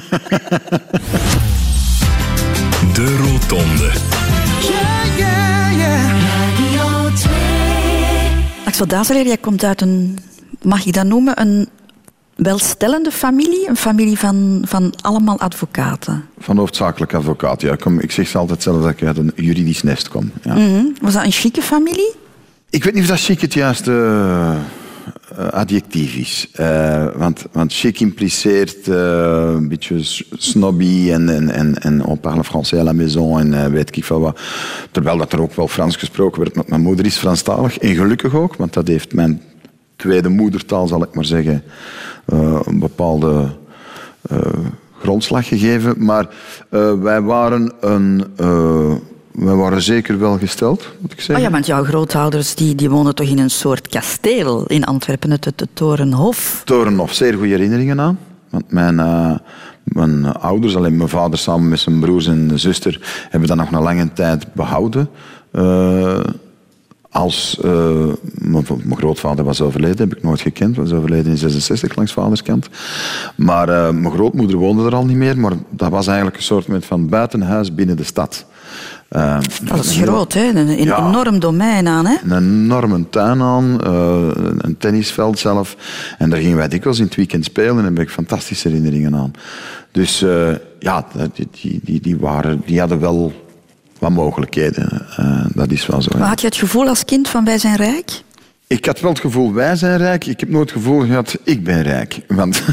Speaker 4: De Rotonde.
Speaker 3: Yeah, yeah, yeah. Radio twee.
Speaker 1: Axel Dazeleer, jij komt uit een, mag ik dat noemen, een welstellende familie? Een familie van, van allemaal advocaten?
Speaker 2: Van hoofdzakelijk advocaat, ja. Ik, kom, ik zeg ze altijd zelf dat ik uit een juridisch nest kom. Ja.
Speaker 1: Mm-hmm. Was dat een chique familie?
Speaker 2: Ik weet niet of dat chic het juiste uh, adjectief is. Uh, want, want chic impliceert uh, een beetje snobby en, en, en, en on parle français à la maison en uh, weet ik veel wat. Terwijl dat er ook wel Frans gesproken werd, want mijn moeder is Franstalig. En gelukkig ook, want dat heeft mijn tweede moedertaal, zal ik maar zeggen, uh, een bepaalde uh, grondslag gegeven. Maar uh, wij waren een... Uh, wij waren zeker wel gesteld, moet ik zeggen.
Speaker 1: Oh ja, want jouw grootouders die, die woonden toch in een soort kasteel in Antwerpen, het, het, het Torenhof?
Speaker 2: Torenhof, zeer goede herinneringen aan. Want mijn, uh, mijn ouders, alleen mijn vader samen met zijn broers en zuster, hebben dat nog een lange tijd behouden. Uh, Als uh, mijn, mijn grootvader was overleden, heb ik nooit gekend, was overleden in zesenzestig langs vaderskant. Maar uh, mijn grootmoeder woonde er al niet meer, maar dat was eigenlijk een soort van buitenhuis binnen de stad. Uh,
Speaker 1: dat is groot, hè? Een, een ja, enorm domein aan, hè?
Speaker 2: Een enorme tuin aan, uh, een tennisveld zelf. En daar gingen wij dikwijls in het weekend spelen en daar heb ik fantastische herinneringen aan. Dus uh, ja, die, die, die, die, waren, die hadden wel wat mogelijkheden. Uh, dat is wel zo.
Speaker 1: Maar had je het gevoel als kind van wij zijn rijk?
Speaker 2: Ik had wel het gevoel, wij zijn rijk. Ik heb nooit het gevoel gehad, ik ben rijk. Want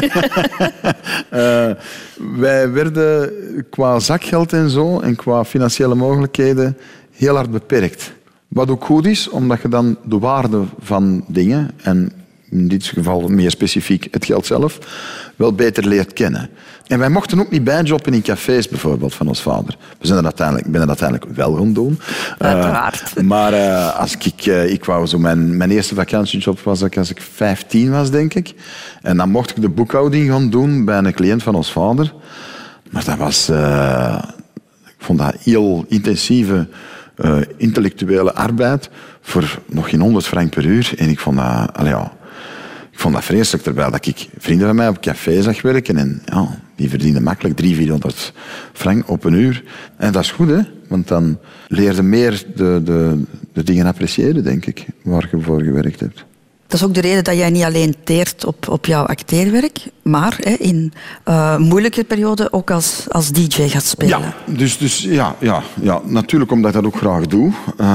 Speaker 2: uh, wij werden qua zakgeld en zo, en qua financiële mogelijkheden, heel hard beperkt. Wat ook goed is, omdat je dan de waarde van dingen, en in dit geval meer specifiek het geld zelf, wel beter leert kennen. En wij mochten ook niet bijjobben in cafés, bijvoorbeeld, van ons vader. We zijn dat uiteindelijk, ben dat uiteindelijk wel gaan doen.
Speaker 1: Uiteraard.
Speaker 2: Uh, maar uh, als ik, uh, ik wou zo mijn, mijn eerste vakantiejob was als ik vijftien was, denk ik. En dan mocht ik de boekhouding gaan doen bij een cliënt van ons vader. Maar dat was... Uh, ik vond dat heel intensieve uh, intellectuele arbeid voor nog geen honderd frank per uur. En ik vond dat... Allee, ja, Ik vond dat vreselijk, terwijl dat ik vrienden van mij op café zag werken. En ja, die verdienen makkelijk driehonderd, vierhonderd frank op een uur. En dat is goed, hè. Want dan leer je meer de, de, de dingen appreciëren, denk ik, waar je voor gewerkt hebt.
Speaker 1: Dat is ook de reden dat jij niet alleen teert op, op jouw acteerwerk, maar hè, in uh, moeilijke perioden ook als, als D J gaat spelen.
Speaker 2: Ja, dus, dus ja, ja, ja, natuurlijk omdat ik dat ook graag doe.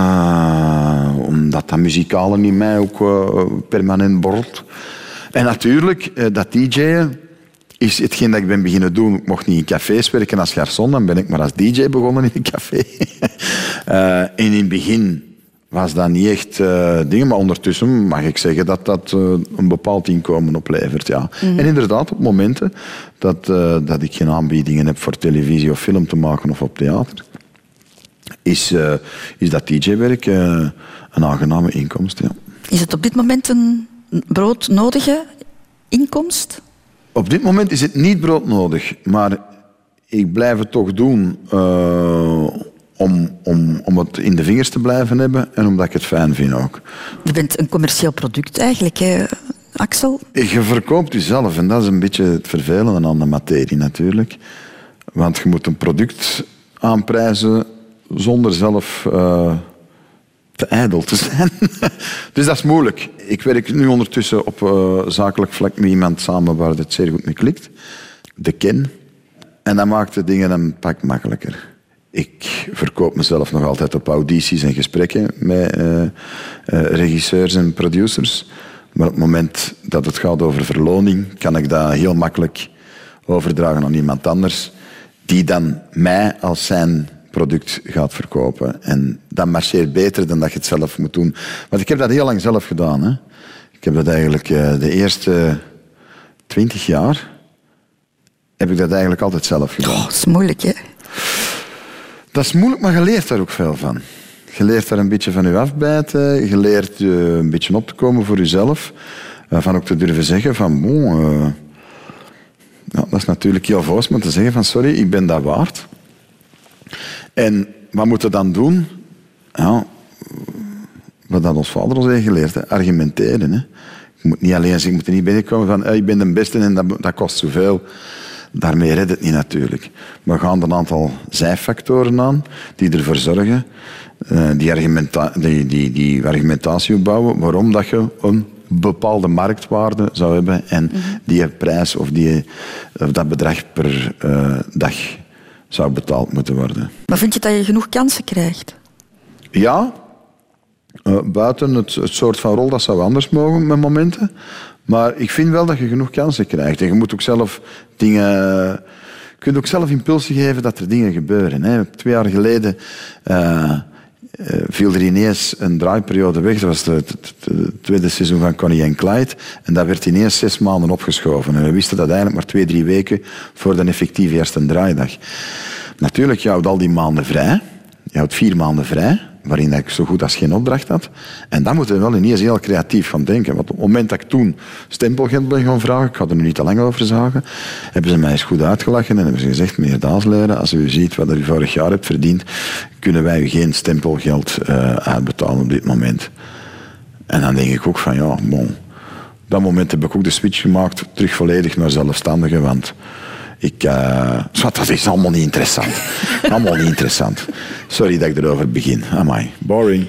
Speaker 2: Uh, omdat dat muzikale in mij ook uh, permanent borrelt. En natuurlijk, uh, dat D J'en is hetgeen dat ik ben beginnen doen. Ik mocht niet in cafés werken als garçon, dan ben ik maar als D J begonnen in een café. uh, en in het begin was dat niet echt uh, dingen, maar ondertussen mag ik zeggen dat dat uh, een bepaald inkomen oplevert. Ja. Mm-hmm. En inderdaad, op momenten dat, uh, dat ik geen aanbiedingen heb voor televisie of film te maken of op theater, is, uh, is dat D J-werk uh, een aangename inkomst. Ja.
Speaker 1: Is het op dit moment een broodnodige inkomst?
Speaker 2: Op dit moment is het niet broodnodig, maar ik blijf het toch doen uh, om, om, om het in de vingers te blijven hebben en omdat ik het fijn vind ook.
Speaker 1: Je bent een commercieel product eigenlijk, hè, Axel?
Speaker 2: Je verkoopt jezelf en dat is een beetje het vervelende aan de materie natuurlijk. Want je moet een product aanprijzen zonder zelf uh, te ijdel te zijn. Dus dat is moeilijk. Ik werk nu ondertussen op uh, zakelijk vlak met iemand samen waar het zeer goed mee klikt. De Ken. En dat maakt de dingen een pak makkelijker. Ik verkoop mezelf nog altijd op audities en gesprekken met uh, uh, regisseurs en producers. Maar op het moment dat het gaat over verloning, kan ik dat heel makkelijk overdragen aan iemand anders, die dan mij als zijn product gaat verkopen. En dat marcheert beter dan dat je het zelf moet doen. Want ik heb dat heel lang zelf gedaan. Hè. Ik heb dat eigenlijk uh, de eerste twintig jaar heb ik dat eigenlijk altijd zelf gedaan.
Speaker 1: Oh, dat is moeilijk, hè?
Speaker 2: Dat is moeilijk, maar je leert daar ook veel van. Je leert daar een beetje van je afbijten. Je leert uh, een beetje op te komen voor jezelf. Uh, van ook te durven zeggen van... Bon, uh, ja, dat is natuurlijk heel voos, maar te zeggen van... Sorry, ik ben dat waard. En wat moet je dan doen? Ja, wat had ons vader ons heeft geleerd, hè? Argumenteren. Hè? Je moet niet alleen zeggen, je moet er niet binnenkomen van... Hey, ik ben de beste en dat, dat kost zoveel. Daarmee redt het niet natuurlijk. Maar we gaan een aantal zijfactoren aan die ervoor zorgen, uh, die, argumenta- die, die, die argumentatie opbouwen waarom dat je een bepaalde marktwaarde zou hebben en mm-hmm. die prijs of, die, of dat bedrag per uh, dag zou betaald moeten worden.
Speaker 1: Maar vind je dat je genoeg kansen krijgt?
Speaker 2: Ja, uh, buiten het, het soort van rol dat zou anders mogen met momenten. Maar ik vind wel dat je genoeg kansen krijgt. En je moet ook zelf dingen... Je kunt ook zelf impulsen geven dat er dingen gebeuren. Hè. Twee jaar geleden uh, uh, viel er ineens een draaiperiode weg. Dat was het, het, het tweede seizoen van Connie en Clyde. En dat werd ineens zes maanden opgeschoven. En we wisten dat eigenlijk maar twee, drie weken voor de effectieve eerste draaidag. Natuurlijk, je houdt al die maanden vrij. Je houdt vier maanden vrij, waarin ik zo goed als geen opdracht had. En dan moeten we wel ineens heel creatief van denken. Want op het moment dat ik toen stempelgeld ben gaan vragen, ik ga er nu niet te lang over zagen, hebben ze mij eens goed uitgelachen en hebben ze gezegd, meneer Dazelere, als u ziet wat u vorig jaar hebt verdiend, kunnen wij u geen stempelgeld uh, uitbetalen op dit moment. En dan denk ik ook van, ja, bon. Op dat moment heb ik ook de switch gemaakt, terug volledig naar zelfstandige, want... Ik, uh, dat is allemaal niet interessant. Allemaal niet interessant. Sorry dat ik erover begin. Amai, boring.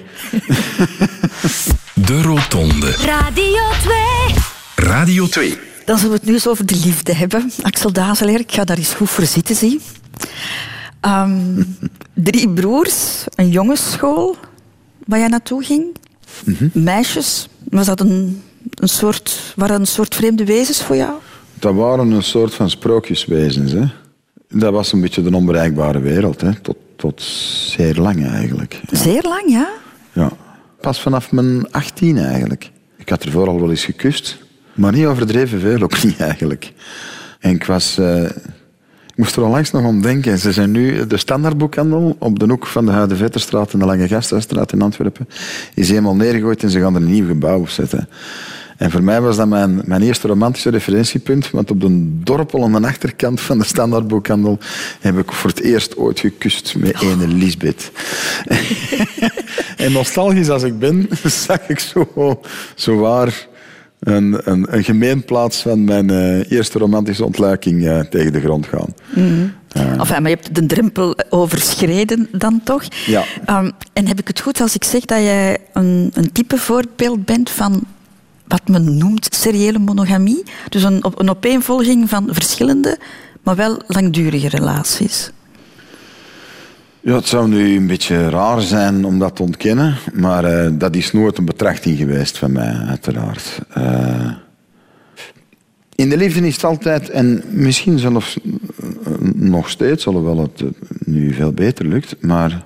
Speaker 4: De Rotonde.
Speaker 10: Radio twee.
Speaker 4: Radio twee.
Speaker 1: Dan zullen we het nu eens over de liefde hebben. Axel Dazeleer, ik ga daar eens goed voor zitten, zie. Um, drie broers, een jongensschool waar jij naartoe ging. Mm-hmm. Meisjes. Was dat een, een soort, waren een soort vreemde wezens voor jou?
Speaker 2: Dat waren een soort van sprookjeswezens. Hè. Dat was een beetje de onbereikbare wereld. Hè. Tot, tot zeer lang eigenlijk. Ja.
Speaker 1: Zeer lang, ja?
Speaker 2: Ja. Pas vanaf mijn achttien eigenlijk. Ik had ervoor al wel eens gekust. Maar niet overdreven veel ook niet eigenlijk. En ik was... Uh, ik moest er al langs nog om denken. Ze zijn nu de standaardboekhandel op de hoek van de Huide Vetterstraat en de Lange Gasthuisstraat in Antwerpen. Is helemaal neergegooid en ze gaan er een nieuw gebouw op zetten. En voor mij was dat mijn, mijn eerste romantische referentiepunt, want op de dorpel aan de achterkant van de standaardboekhandel heb ik voor het eerst ooit gekust met ene Lisbeth. En nostalgisch als ik ben, zag ik zo, zo waar een, een, een gemeenplaats van mijn uh, eerste romantische ontluiking uh, tegen de grond gaan.
Speaker 1: Mm-hmm.
Speaker 2: Uh,
Speaker 1: enfin, maar je hebt de drempel overschreden dan toch?
Speaker 2: Ja.
Speaker 1: Um, en heb ik het goed als ik zeg dat jij een, een type voorbeeld bent van wat men noemt seriële monogamie? Dus een, een opeenvolging van verschillende, maar wel langdurige relaties.
Speaker 2: Ja, het zou nu een beetje raar zijn om dat te ontkennen, maar uh, dat is nooit een betrachting geweest van mij, uiteraard. Uh, in de liefde is het altijd, en misschien zelfs uh, nog steeds, alhoewel het uh, nu veel beter lukt, maar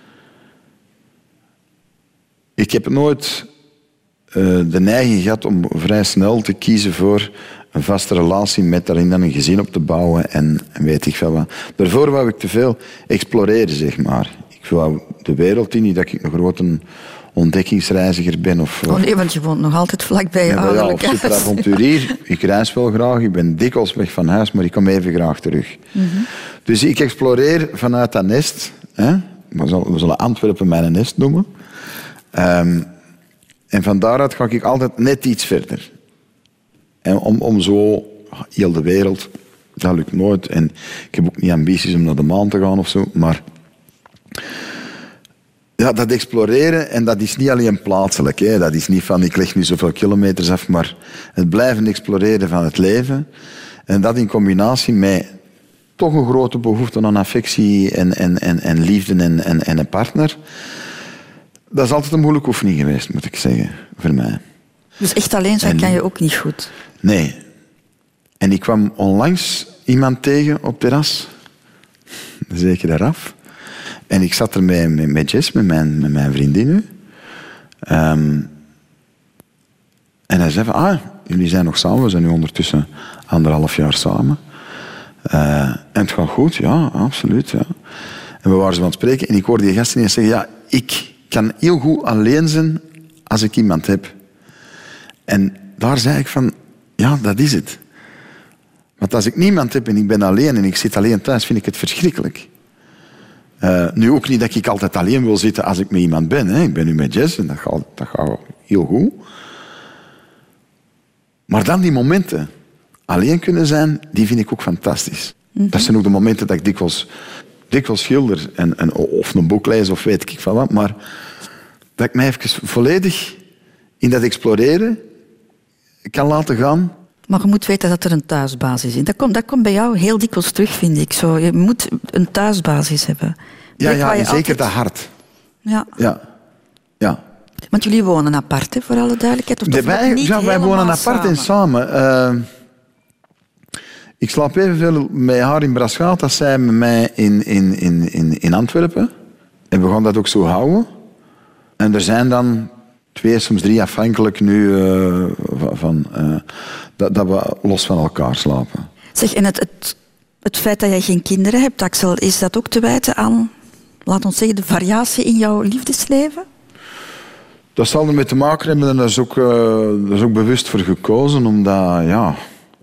Speaker 2: ik heb nooit uh, de neiging gehad om vrij snel te kiezen voor een vaste relatie met daarin dan een gezin op te bouwen en, en weet ik veel wat. Daarvoor wou ik te veel exploreren, zeg maar. Ik wou de wereld in, niet dat ik een grote ontdekkingsreiziger ben. Of,
Speaker 1: oh nee, want je woont nog altijd vlakbij je
Speaker 2: ja,
Speaker 1: ouderlijk
Speaker 2: ja,
Speaker 1: huis.
Speaker 2: super avonturier. Ik reis wel graag, ik ben dikwijls weg van huis, maar ik kom even graag terug. Mm-hmm. Dus ik exploreer vanuit dat nest. Hè? We zullen, we zullen Antwerpen mijn nest noemen. Um, en van daaruit ga ik altijd net iets verder. En om, om zo, heel de wereld, dat lukt nooit. En ik heb ook niet ambities om naar de maan te gaan of zo. Maar ja, dat exploreren, en dat is niet alleen plaatselijk. Hè. Dat is niet van ik leg nu zoveel kilometers af, maar het blijven exploreren van het leven. En dat in combinatie met toch een grote behoefte aan affectie en, en, en, en liefde en, en, en een partner. Dat is altijd een moeilijke oefening geweest, moet ik zeggen, voor mij.
Speaker 1: Dus echt alleen zijn en, kan je ook niet goed?
Speaker 2: Nee. En ik kwam onlangs iemand tegen op terras. Zeker daaraf. En ik zat er met, met, met Jess, met mijn, met mijn vriendin nu. Um, en hij zei van, ah, jullie zijn nog samen. We zijn nu ondertussen anderhalf jaar samen. Uh, en het gaat goed, ja, absoluut. Ja. En we waren zo aan het spreken en ik hoorde die gasten ineens zeggen, ja, ik kan heel goed alleen zijn als ik iemand heb. En daar zei ik van, ja, dat is het. Want als ik niemand heb en ik ben alleen en ik zit alleen thuis, vind ik het verschrikkelijk. Uh, nu ook niet dat ik altijd alleen wil zitten als ik met iemand ben. Hè. Ik ben nu met Jess en dat gaat, dat gaat heel goed. Maar dan die momenten alleen kunnen zijn, die vind ik ook fantastisch. Mm-hmm. Dat zijn ook de momenten dat ik dikwijls, dikwijls schilder en, en, of een boek lees of weet ik van wat. Maar dat ik mij even volledig in dat exploreren kan laten gaan.
Speaker 1: Maar je moet weten dat er een thuisbasis is. Dat komt, dat komt bij jou heel dikwijls terug, vind ik. Zo, je moet een thuisbasis hebben.
Speaker 2: Ja, ja, en zeker
Speaker 1: altijd...
Speaker 2: dat hart.
Speaker 1: Ja.
Speaker 2: Ja. Ja.
Speaker 1: Want jullie wonen apart, hè, voor alle duidelijkheid? Of
Speaker 2: de, wij
Speaker 1: niet
Speaker 2: ja, wij wonen apart
Speaker 1: samen?
Speaker 2: en samen. Uh, ik slaap evenveel met haar in Braschaat als zij met mij in, in, in, in, in Antwerpen. En we gaan dat ook zo houden. En er zijn dan twee, soms drie afhankelijk nu uh, van... Uh, dat, dat we los van elkaar slapen.
Speaker 1: Zeg, en het, het, het feit dat jij geen kinderen hebt, Axel, is dat ook te wijten aan, laat ons zeggen, de variatie in jouw liefdesleven?
Speaker 2: Dat zal ermee te maken hebben en daar is ook, uh, daar is ook bewust voor gekozen, omdat, ja...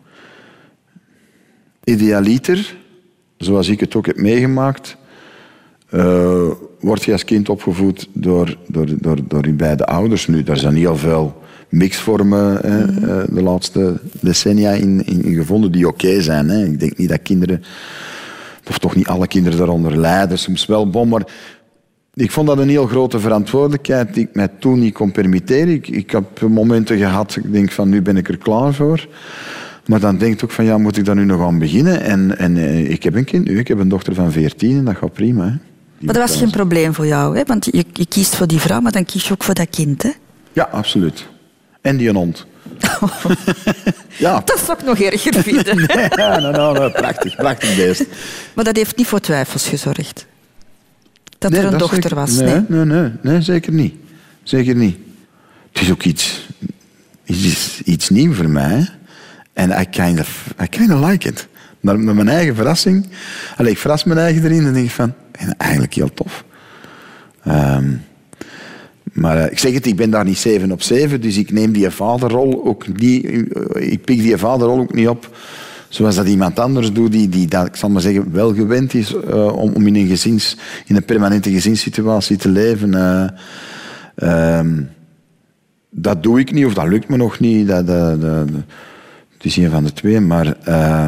Speaker 2: Idealiter, zoals ik het ook heb meegemaakt, uh, word je als kind opgevoed door, door, door, door je beide ouders. Nu, daar zijn heel veel mixvormen hè, mm. uh, de laatste decennia in, in, in gevonden die oké okay zijn. Hè. Ik denk niet dat kinderen, of toch niet alle kinderen daaronder lijden, soms wel, bon, maar ik vond dat een heel grote verantwoordelijkheid die ik mij toen niet kon permitteren. Ik, ik heb momenten gehad, ik denk van nu ben ik er klaar voor. Maar dan denk ik ook van, ja, moet ik daar nu nog aan beginnen? En, en uh, ik heb een kind nu, ik heb een dochter van veertien en dat gaat prima. Hè.
Speaker 1: Maar dat was geen probleem voor jou, hè? Want je, je kiest voor die vrouw, maar dan kies je ook voor dat kind, hè?
Speaker 2: Ja, absoluut. En die een hond. Ja.
Speaker 1: Dat zou ik nog erger vinden.
Speaker 2: Nee, nou, nou, nou, prachtig, prachtig beest.
Speaker 1: Maar dat heeft niet voor twijfels gezorgd? Dat
Speaker 2: nee,
Speaker 1: er een
Speaker 2: dat
Speaker 1: dochter
Speaker 2: zeker,
Speaker 1: was?
Speaker 2: Nee,
Speaker 1: nee.
Speaker 2: Nee, nee, nee, zeker niet. Zeker niet. Het is ook iets, iets, iets nieuws voor mij. En I kind of, I kind of like it. Naar, naar mijn eigen verrassing. Allee, ik verras mijn eigen erin en denk ik van, eigenlijk heel tof. Um, maar uh, ik zeg het, ik ben daar niet zeven op zeven, dus ik neem die vaderrol ook niet, ik pik die vaderrol ook niet op zoals dat iemand anders doet, die, die dat, ik zal maar zeggen, wel gewend is uh, om, om in, een gezins, in een permanente gezinssituatie te leven. Uh, um, dat doe ik niet, of dat lukt me nog niet. Dat, dat, dat, het is een van de twee, maar... Uh,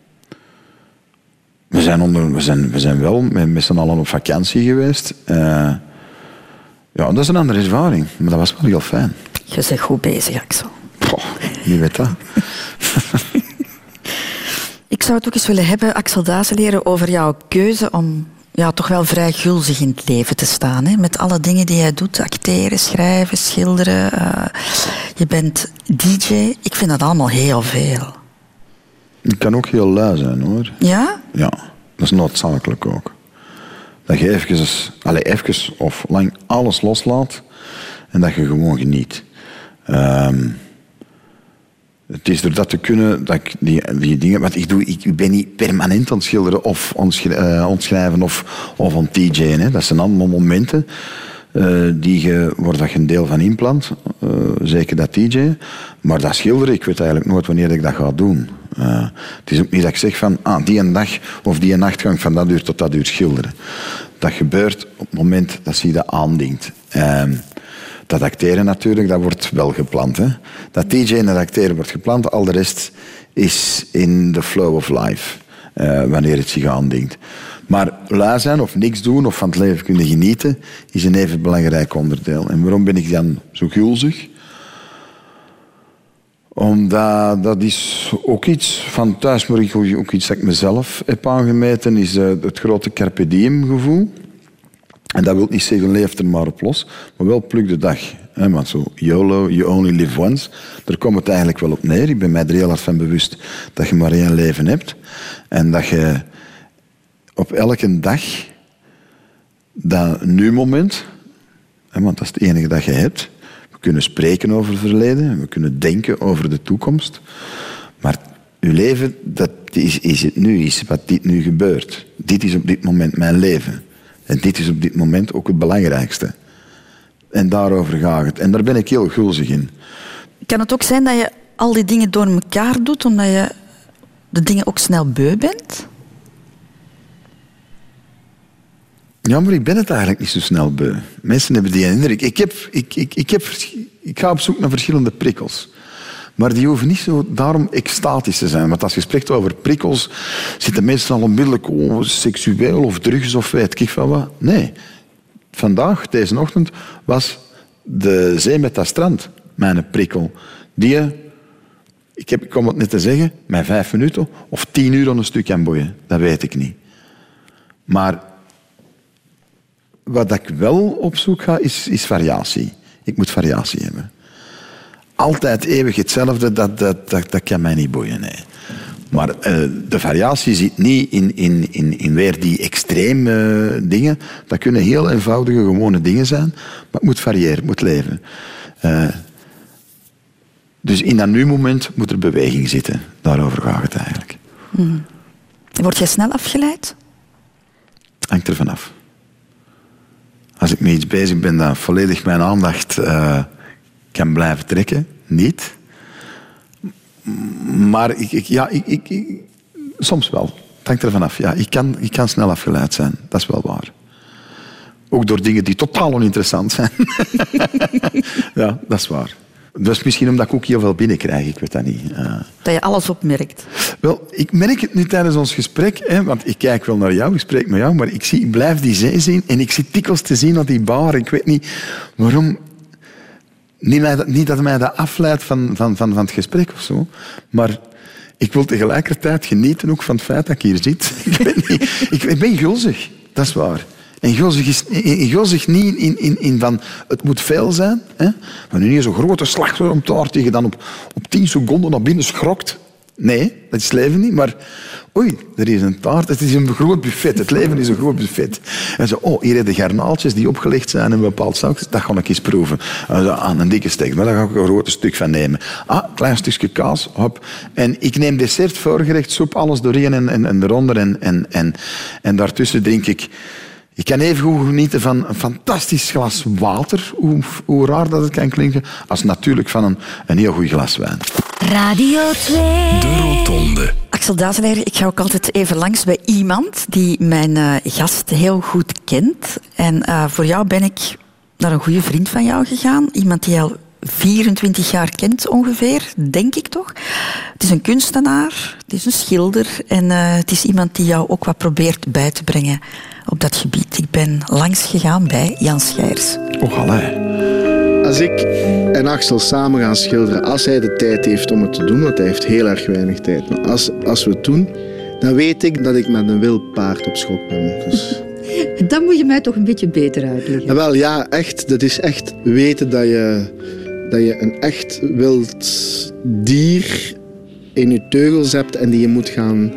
Speaker 2: we, zijn onder, we, zijn, we zijn wel met, met z'n allen op vakantie geweest. Uh, ja, dat is een andere ervaring, maar dat was wel heel fijn.
Speaker 1: Je bent goed bezig, Axel.
Speaker 2: Goh, wie weet dat.
Speaker 1: Ik zou het ook eens willen hebben, Axel Dazeleer, over jouw keuze om ja, toch wel vrij gulzig in het leven te staan. Hè? Met alle dingen die jij doet, acteren, schrijven, schilderen. Uh, je bent D J. Ik vind dat allemaal heel veel.
Speaker 2: Ik kan ook heel lui zijn, hoor.
Speaker 1: Ja?
Speaker 2: Ja, dat is noodzakelijk ook. Dat je even, allez, even of lang alles loslaat en dat je gewoon geniet. Um, Het is door dat te kunnen dat ik die, die dingen... Want ik, doe, ik ben niet permanent aan het schilderen of ontschrijven of, of aan het D J'en. Hè. Dat zijn allemaal momenten uh, die je, waar dat je een deel van inplant. Uh, zeker dat D J'en. Maar dat schilderen, ik weet eigenlijk nooit wanneer ik dat ga doen. Uh, het is ook niet dat ik zeg van... Ah, die een dag of die een nacht ga ik van dat uur tot dat uur schilderen. Dat gebeurt op het moment dat je dat aandingt. Uh, Dat acteren natuurlijk, dat wordt wel gepland. Hè? Dat D J'en en dat acteren wordt gepland. Al de rest is in the flow of life. Uh, wanneer het zich aandingt. Maar lui zijn of niks doen of van het leven kunnen genieten is een even belangrijk onderdeel. En waarom ben ik dan zo gulzig? Omdat dat is ook iets van thuis, maar ook iets dat ik mezelf heb aangemeten, is het grote carpe diem gevoel. En dat wil niet zeggen, leef er maar op los, maar wel pluk de dag. He, want zo, YOLO, you only live once, daar komt het eigenlijk wel op neer. Ik ben mij er heel hard van bewust dat je maar één leven hebt. En dat je op elke dag, dat nu-moment, want dat is het enige dat je hebt, we kunnen spreken over het verleden, we kunnen denken over de toekomst, maar je leven, dat is, is het nu, is wat dit nu gebeurt. Dit is op dit moment mijn leven. En dit is op dit moment ook het belangrijkste. En daarover gaat het. En daar ben ik heel gulzig in.
Speaker 1: Kan het ook zijn dat je al die dingen door elkaar doet, omdat je de dingen ook snel beu bent?
Speaker 2: Ja, maar ik ben het eigenlijk niet zo snel beu. Mensen hebben die indruk. Ik, heb, ik, ik, ik, heb, ik ga op zoek naar verschillende prikkels. Maar die hoeven niet zo daarom extatisch te zijn. Want als je spreekt over prikkels, zitten mensen al onmiddellijk oh, seksueel of drugs of weet ik van wat. Nee. Vandaag, deze ochtend, was de zee met dat strand mijn prikkel. Die, ik, heb, ik kom het net te zeggen, mijn vijf minuten of tien uur aan een stuk kan boeien. Dat weet ik niet. Maar wat ik wel op zoek ga, is, is variatie. Ik moet variatie hebben. Altijd eeuwig hetzelfde, dat, dat, dat, dat kan mij niet boeien. Nee. Maar uh, de variatie zit niet in, in, in, in weer die extreme uh, dingen. Dat kunnen heel eenvoudige, gewone dingen zijn. Maar het moet variëren, het moet leven. Uh, dus in dat nu-moment moet er beweging zitten. Daarover gaat het eigenlijk.
Speaker 1: Hmm. Word jij snel afgeleid?
Speaker 2: Hangt er vanaf. Als ik met iets bezig ben dat volledig mijn aandacht uh, kan blijven trekken, niet. Maar ik, ik, ja, ik, ik, ik, soms wel. Het hangt er vanaf. Ja, ik, kan, ik kan snel afgeleid zijn. Dat is wel waar. Ook door dingen die totaal oninteressant zijn. Ja, dat is waar. Dat is misschien omdat ik ook heel veel binnenkrijg. Ik weet dat niet. Uh...
Speaker 1: Dat je alles opmerkt.
Speaker 2: Wel, ik merk het nu tijdens ons gesprek. Hè, want ik kijk wel naar jou, ik spreek met jou. Maar ik, zie, ik blijf die zee zien. En ik zit dikwijls te zien op die bar. Ik weet niet waarom... Niet, mij dat, niet dat mij dat afleidt van, van, van, van het gesprek of zo. Maar ik wil tegelijkertijd genieten ook van het feit dat ik hier zit. Ik, weet niet, ik, ik ben gulzig. Dat is waar. En gulzig, is, gulzig niet in, in, in van het moet veel zijn. Hè? Van nu niet zo'n grote slagroomtaart die je dan op, op tien seconden naar binnen schrokt. Nee, dat is het leven niet. Maar oei, er is een taart. Het is een groot buffet. Het leven is een groot buffet. En zo, oh, hier heb je garnaaltjes die opgelegd zijn in een bepaald saus. Dat ga ik eens proeven. En zo, aan een dikke steak. Maar daar ga ik een groot stuk van nemen. Ah, een klein stukje kaas. Hop. En ik neem dessert, voorgerecht, soep, alles doorheen en, en, en eronder. En, en, en, en daartussen drink ik... Ik kan even goed genieten van een fantastisch glas water, hoe, hoe raar dat het kan klinken, als natuurlijk van een, een heel goed glas wijn.
Speaker 10: Radio twee.
Speaker 4: De Rotonde.
Speaker 1: Axel Dazeleer, ik ga ook altijd even langs bij iemand die mijn uh, gast heel goed kent. En uh, voor jou ben ik naar een goede vriend van jou gegaan. Iemand die al vierentwintig jaar kent ongeveer, denk ik toch. Het is een kunstenaar, het is een schilder en uh, het is iemand die jou ook wat probeert bij te brengen op dat gebied. Ik ben langs gegaan bij Jan Schijers.
Speaker 2: Och, allee.
Speaker 11: Als ik en Axel samen gaan schilderen, als hij de tijd heeft om het te doen, want hij heeft heel erg weinig tijd, maar als, als we het doen, dan weet ik dat ik met een wild paard op schop ben. Dus...
Speaker 12: Dat moet je mij toch een beetje beter uitleggen.
Speaker 11: Ja, wel, ja, echt. Dat is echt weten dat je, dat je een echt wild dier in je teugels hebt en die je moet gaan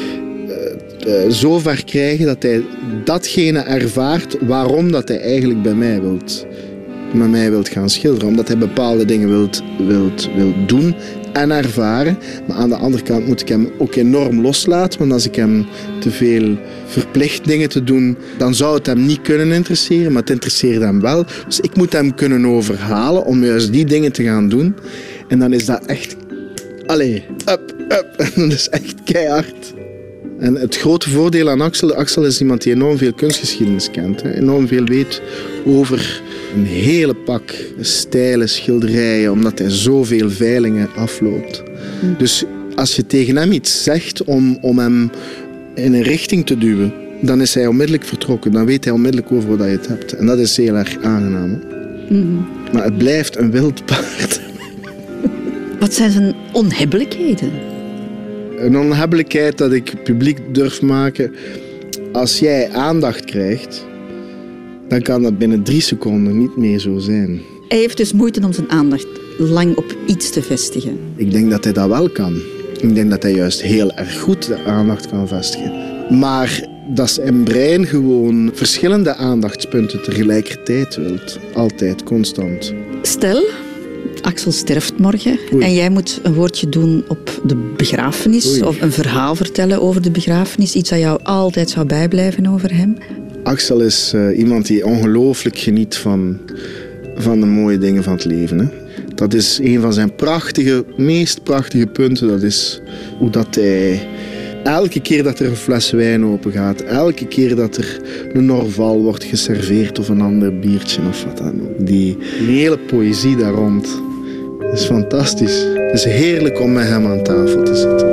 Speaker 11: uh, uh, zo ver krijgen dat hij datgene ervaart waarom dat hij eigenlijk bij mij wilt, met mij wilt gaan schilderen. Omdat hij bepaalde dingen wilt, wilt, wilt doen en ervaren. Maar aan de andere kant moet ik hem ook enorm loslaten. Want als ik hem te veel verplicht dingen te doen, dan zou het hem niet kunnen interesseren. Maar het interesseert hem wel. Dus ik moet hem kunnen overhalen om juist die dingen te gaan doen. En dan is dat echt... Allee, up, up. En dat is echt keihard. En het grote voordeel aan Axel... Axel is iemand die enorm veel kunstgeschiedenis kent. Hè. Enorm veel weet over een hele pak stijlen, schilderijen, omdat hij zoveel veilingen afloopt. Mm. Dus als je tegen hem iets zegt om, om hem in een richting te duwen, dan is hij onmiddellijk vertrokken. Dan weet hij onmiddellijk over wat je het hebt. En dat is heel erg aangenaam. Mm-hmm. Maar het blijft een wild paard.
Speaker 12: Wat zijn zijn onhebbelijkheden?
Speaker 11: Een onhebbelijkheid dat ik publiek durf maken. Als jij aandacht krijgt, dan kan dat binnen drie seconden niet meer zo zijn.
Speaker 12: Hij heeft dus moeite om zijn aandacht lang op iets te vestigen.
Speaker 11: Ik denk dat hij dat wel kan. Ik denk dat hij juist heel erg goed de aandacht kan vestigen. Maar dat zijn brein gewoon verschillende aandachtspunten tegelijkertijd wilt. Altijd, constant.
Speaker 12: Stel, Axel sterft morgen. Oei. En jij moet een woordje doen op de begrafenis. Oei. Of een verhaal vertellen over de begrafenis. Iets dat jou altijd zou bijblijven over hem.
Speaker 11: Axel is uh, iemand die ongelooflijk geniet van, van de mooie dingen van het leven. Hè. Dat is een van zijn prachtige, meest prachtige punten. Dat is hoe dat hij... Elke keer dat er een fles wijn open gaat, elke keer dat er een Norval wordt geserveerd of een ander biertje of wat dan ook. Die, die hele poëzie daar rond is fantastisch. Het is heerlijk om met hem aan tafel te zitten.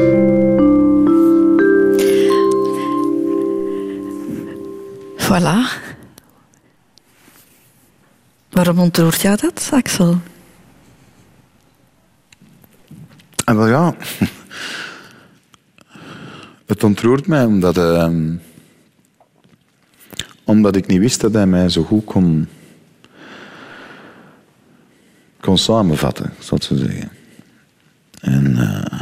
Speaker 1: Voilà. Waarom ontroert jou dat, Axel?
Speaker 2: En wel ja... Het ontroert mij omdat, uh, omdat ik niet wist dat hij mij zo goed kon, kon samenvatten, zou ik zo zeggen. En uh,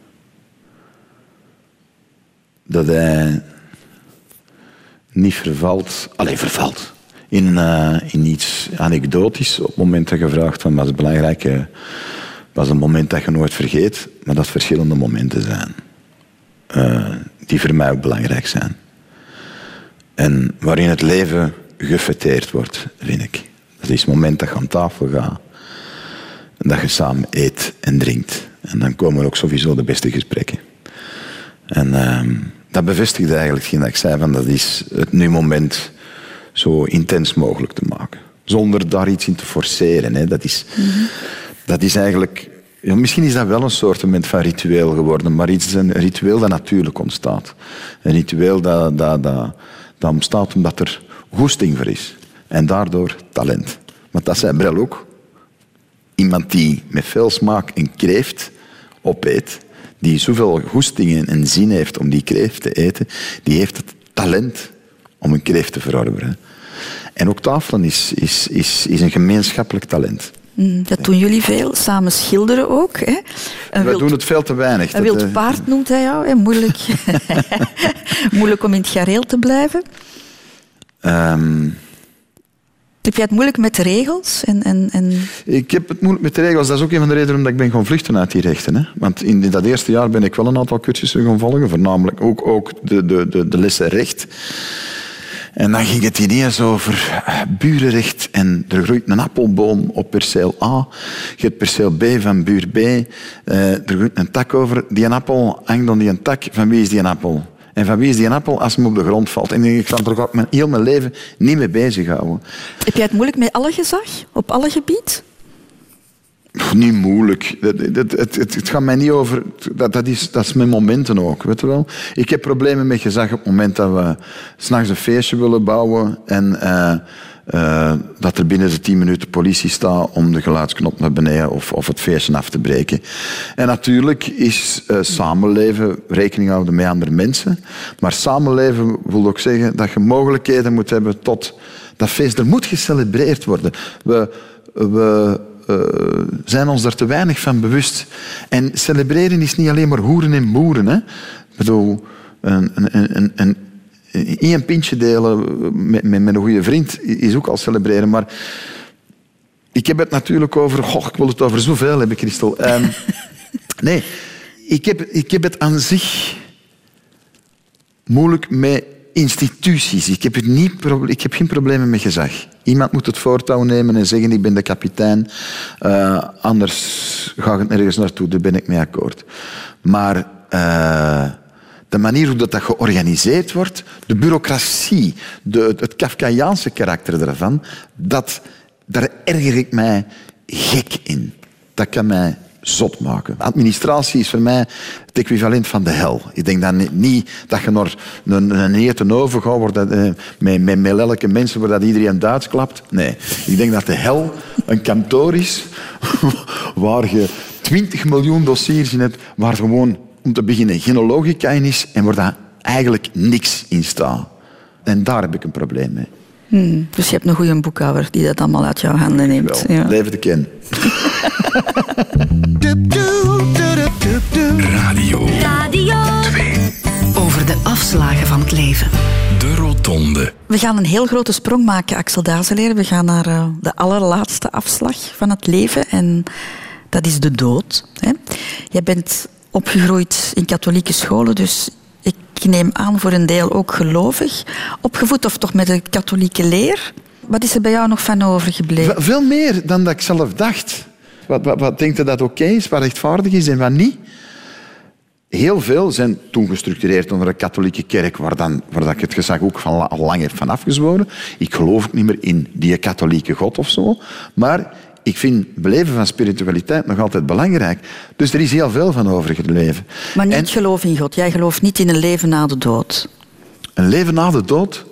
Speaker 2: dat hij niet vervalt, alleen vervalt, in, uh, in iets anekdotisch op het moment dat je vraagt van wat is belangrijk, uh, was een moment dat je nooit vergeet, maar dat verschillende momenten zijn. Uh, die voor mij ook belangrijk zijn. En waarin het leven gefêteerd wordt, vind ik. Dat is het moment dat je aan tafel gaat. En dat je samen eet en drinkt. En dan komen er ook sowieso de beste gesprekken. En uh, dat bevestigt eigenlijk hetgeen dat ik zei. Van dat is het nu moment zo intens mogelijk te maken. Zonder daar iets in te forceren. Hè. Dat is, mm-hmm. dat is eigenlijk... Ja, misschien is dat wel een soort van ritueel geworden, maar iets een ritueel dat natuurlijk ontstaat. Een ritueel dat, dat, dat, dat ontstaat omdat er goesting voor is. En daardoor talent. Want dat zei Brel ook. Iemand die met veel smaak een kreeft opeet, die zoveel goesting en zin heeft om die kreeft te eten, die heeft het talent om een kreeft te verorberen. En ook tafelen is, is, is, is een gemeenschappelijk talent.
Speaker 1: Dat doen jullie veel. Samen schilderen ook. Hè.
Speaker 2: We wild, doen het veel te weinig.
Speaker 1: Een wild paard noemt hij jou. Hè. Moeilijk. Moeilijk om in het gareel te blijven.
Speaker 2: Um,
Speaker 1: heb jij het moeilijk met de regels? En, en, en...
Speaker 2: Ik heb het moeilijk met de regels. Dat is ook een van de redenen omdat ik ben gaan vluchten uit die rechten. Hè. Want in dat eerste jaar ben ik wel een aantal cursussen gaan volgen. Voornamelijk ook, ook de, de, de, de lessen recht. En dan ging het ineens over burenrecht en er groeit een appelboom op perceel A. Je hebt perceel B van buur B. Uh, er groeit een tak over. Die appel hangt aan die tak. Van wie is die appel? En van wie is die appel als hem op de grond valt? En ik kan er ook mijn heel mijn leven niet mee bezighouden.
Speaker 1: Heb jij het moeilijk met alle gezag? Op alle gebied?
Speaker 2: Pff, niet moeilijk. Het, het, het, het, het gaat mij niet over... Dat, dat, is, dat is mijn momenten ook, weet je wel. Ik heb problemen met gezag op het moment dat we 's nachts een feestje willen bouwen en uh, uh, dat er binnen de tien minuten politie staat om de geluidsknop naar beneden of, of het feestje af te breken. En natuurlijk is uh, samenleven rekening houden met andere mensen. Maar samenleven wil ook zeggen dat je mogelijkheden moet hebben tot dat feest. Er moet gecelebreerd worden. We... we Uh, zijn ons daar te weinig van bewust. En celebreren is niet alleen maar hoeren en boeren. Hè. Ik bedoel, een, een, een, een, een pintje delen met, met, met een goede vriend is ook al celebreren. Maar ik heb het natuurlijk over... Goh, ik wil het over zoveel hebben, Christel. Um, nee, ik heb, ik heb het aan zich moeilijk met instituties. Ik heb, het niet, ik heb geen problemen met gezag. Iemand moet het voortouw nemen en zeggen ik ben de kapitein. Uh, anders ga ik nergens naartoe. Daar ben ik mee akkoord. Maar uh, de manier hoe dat, dat georganiseerd wordt, de bureaucratie, de, het Kafkaiaanse karakter daarvan, dat, daar erger ik mij gek in. Dat kan mij zot maken. Administratie is voor mij het equivalent van de hel. Ik denk dan niet dat je naar een, een hete oven gaat waar dat, eh, met, met, met lelijke mensen waar dat iedereen Duits klapt. Nee. Ik denk dat de hel een kantoor is waar je twintig miljoen dossiers in hebt, waar gewoon, om te beginnen, geen logica in is en waar dat eigenlijk niks in staat. En daar heb ik een probleem mee.
Speaker 1: Hmm, dus je hebt een goede boekhouder die dat allemaal uit jouw handen neemt.
Speaker 2: Wel,
Speaker 1: ja.
Speaker 2: Leven te kennen.
Speaker 4: Radio.
Speaker 10: Radio
Speaker 4: twee.
Speaker 13: Over de afslagen van het leven.
Speaker 4: De Rotonde.
Speaker 1: We gaan een heel grote sprong maken, Axel Dazeleer. We gaan naar uh, de allerlaatste afslag van het leven. En dat is de dood. Hè. Jij bent opgegroeid in katholieke scholen, dus ik neem aan voor een deel ook gelovig. Opgevoed of toch met een katholieke leer. Wat is er bij jou nog van overgebleven?
Speaker 2: Veel meer dan dat ik zelf dacht. Wat, wat, wat denkt je dat oké is, wat rechtvaardig is en wat niet? Heel veel zijn toen gestructureerd onder de katholieke kerk, waar, dan, waar ik het gezag ook van, al lang heb van afgezworen. Ik geloof ook niet meer in die katholieke God of zo. Maar ik vind beleven van spiritualiteit nog altijd belangrijk. Dus er is heel veel van overgebleven.
Speaker 1: Maar niet
Speaker 2: en,
Speaker 1: geloof in God. Jij gelooft niet in een leven na de dood.
Speaker 2: Een leven na de dood?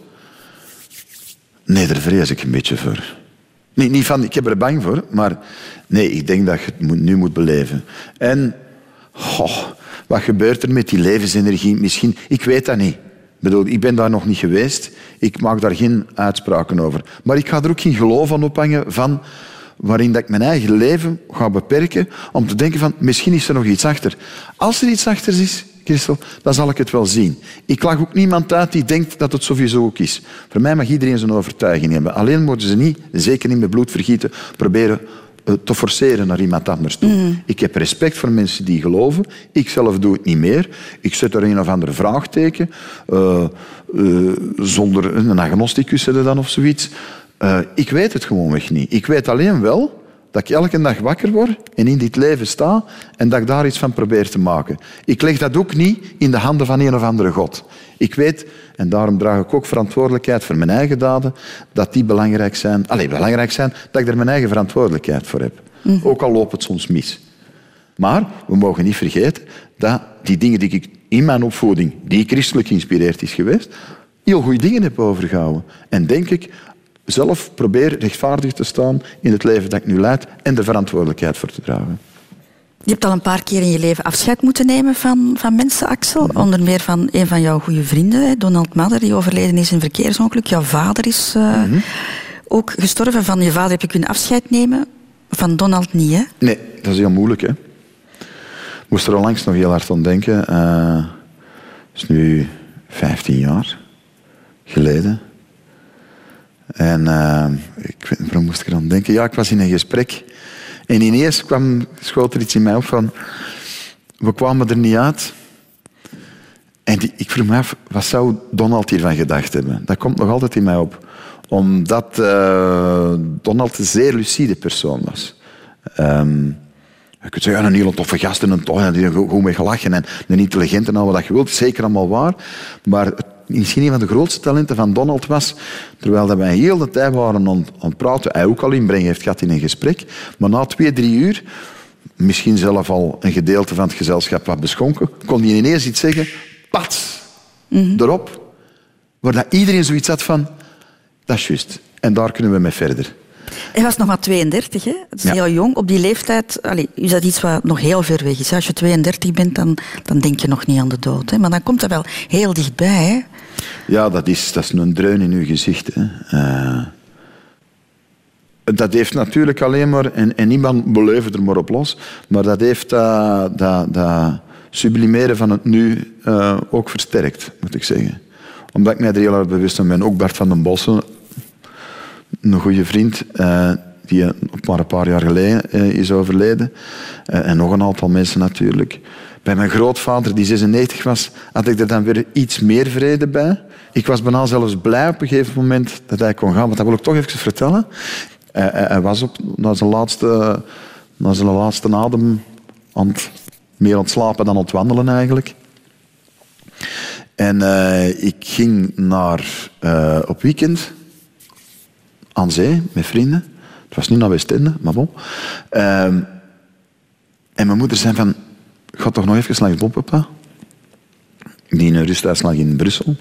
Speaker 2: Nee, daar vrees ik een beetje voor. Niet, niet van, ik heb er bang voor, maar nee, ik denk dat je het moet, nu moet beleven. En, goh, wat gebeurt er met die levensenergie? Misschien, ik weet dat niet. Ik bedoel, ik ben daar nog niet geweest. Ik maak daar geen uitspraken over. Maar ik ga er ook geen geloof aan ophangen van waarin dat ik mijn eigen leven ga beperken om te denken van, misschien is er nog iets achter. Als er iets achter is, Christel, dan zal ik het wel zien. Ik lach ook niemand uit die denkt dat het sowieso ook is. Voor mij mag iedereen zijn overtuiging hebben. Alleen moeten ze niet, zeker niet met bloed vergieten, proberen te forceren naar iemand anders toe. Mm. Ik heb respect voor mensen die geloven. Ik zelf doe het niet meer. Ik zet er een of ander vraagteken. Uh, uh, zonder een agnosticus zetten dan of zoiets. Uh, ik weet het gewoonweg niet. Ik weet alleen wel dat ik elke dag wakker word en in dit leven sta en dat ik daar iets van probeer te maken. Ik leg dat ook niet in de handen van een of andere God. Ik weet, en daarom draag ik ook verantwoordelijkheid voor mijn eigen daden, dat die belangrijk zijn, allez, belangrijk zijn, dat ik er mijn eigen verantwoordelijkheid voor heb. Mm. Ook al loopt het soms mis. Maar we mogen niet vergeten dat die dingen die ik in mijn opvoeding, die christelijk geïnspireerd is geweest, heel goede dingen heb overgehouden. En denk ik, zelf probeer rechtvaardig te staan in het leven dat ik nu leid en de verantwoordelijkheid voor te dragen.
Speaker 1: Je hebt al een paar keer in je leven afscheid moeten nemen van, van mensen, Axel. Mm-hmm. Onder meer van een van jouw goede vrienden, Donald Madder, die overleden is in een verkeersongeluk. Jouw vader is uh, mm-hmm. ook gestorven. Van je vader heb je kunnen afscheid nemen. Van Donald niet, hè?
Speaker 2: Nee, dat is heel moeilijk, hè. Ik moest er onlangs nog heel hard aan denken. Uh, dat is nu vijftien jaar geleden. En uh, ik weet niet, waarom moest ik er aan denken? Ja, ik was in een gesprek. En ineens kwam, schoot er iets in mij op van... We kwamen er niet uit. En die, ik vroeg me af, wat zou Donald hiervan gedacht hebben? Dat komt nog altijd in mij op. Omdat uh, Donald een zeer lucide persoon was. Um, je kunt zeggen, een hele toffe gast en een, die er goed mee gelachen en een intelligent en al wat je wilt. Zeker allemaal waar. Maar het misschien een van de grootste talenten van Donald was, terwijl dat wij heel de tijd waren aan, aan het praten, hij ook al inbreng heeft gehad in een gesprek, maar na twee, drie uur, misschien zelf al een gedeelte van het gezelschap wat beschonken, kon hij ineens iets zeggen, pats, mm-hmm. erop, waar dat iedereen zoiets had van, dat is juist, en daar kunnen we mee verder.
Speaker 1: Hij was nog maar tweeëndertig, hè? Dat is
Speaker 2: ja.
Speaker 1: heel jong. Op die leeftijd allee, is dat iets wat nog heel ver weg is. Als je tweeëndertig bent, dan, dan denk je nog niet aan de dood. Hè? Maar dan komt dat wel heel dichtbij. Hè?
Speaker 2: Ja, dat is, dat is een dreun in uw gezicht. Hè. Uh, dat heeft natuurlijk alleen maar... En, en niemand beleeft er maar op los. Maar dat heeft dat, dat, dat sublimeren van het nu uh, ook versterkt, moet ik zeggen. Omdat ik mij er heel erg bewust van ben. Ook Bart van den Bossen... Een goede vriend, uh, die maar een paar jaar geleden uh, is overleden. Uh, en nog een aantal mensen natuurlijk. Bij mijn grootvader, die zesennegentig was, had ik er dan weer iets meer vrede bij. Ik was bijna zelfs blij op een gegeven moment dat hij kon gaan. Want dat wil ik toch even vertellen. Uh, hij was op, na, zijn laatste, na zijn laatste adem aan het, meer aan het slapen dan aan het wandelen eigenlijk. En uh, ik ging naar, uh, op weekend... aan zee, met vrienden. Het was niet naar Westende, maar bon. Um, en mijn moeder zei van... Ga toch nog even langs Bompapa. Die in een rusthuis lag in Brussel.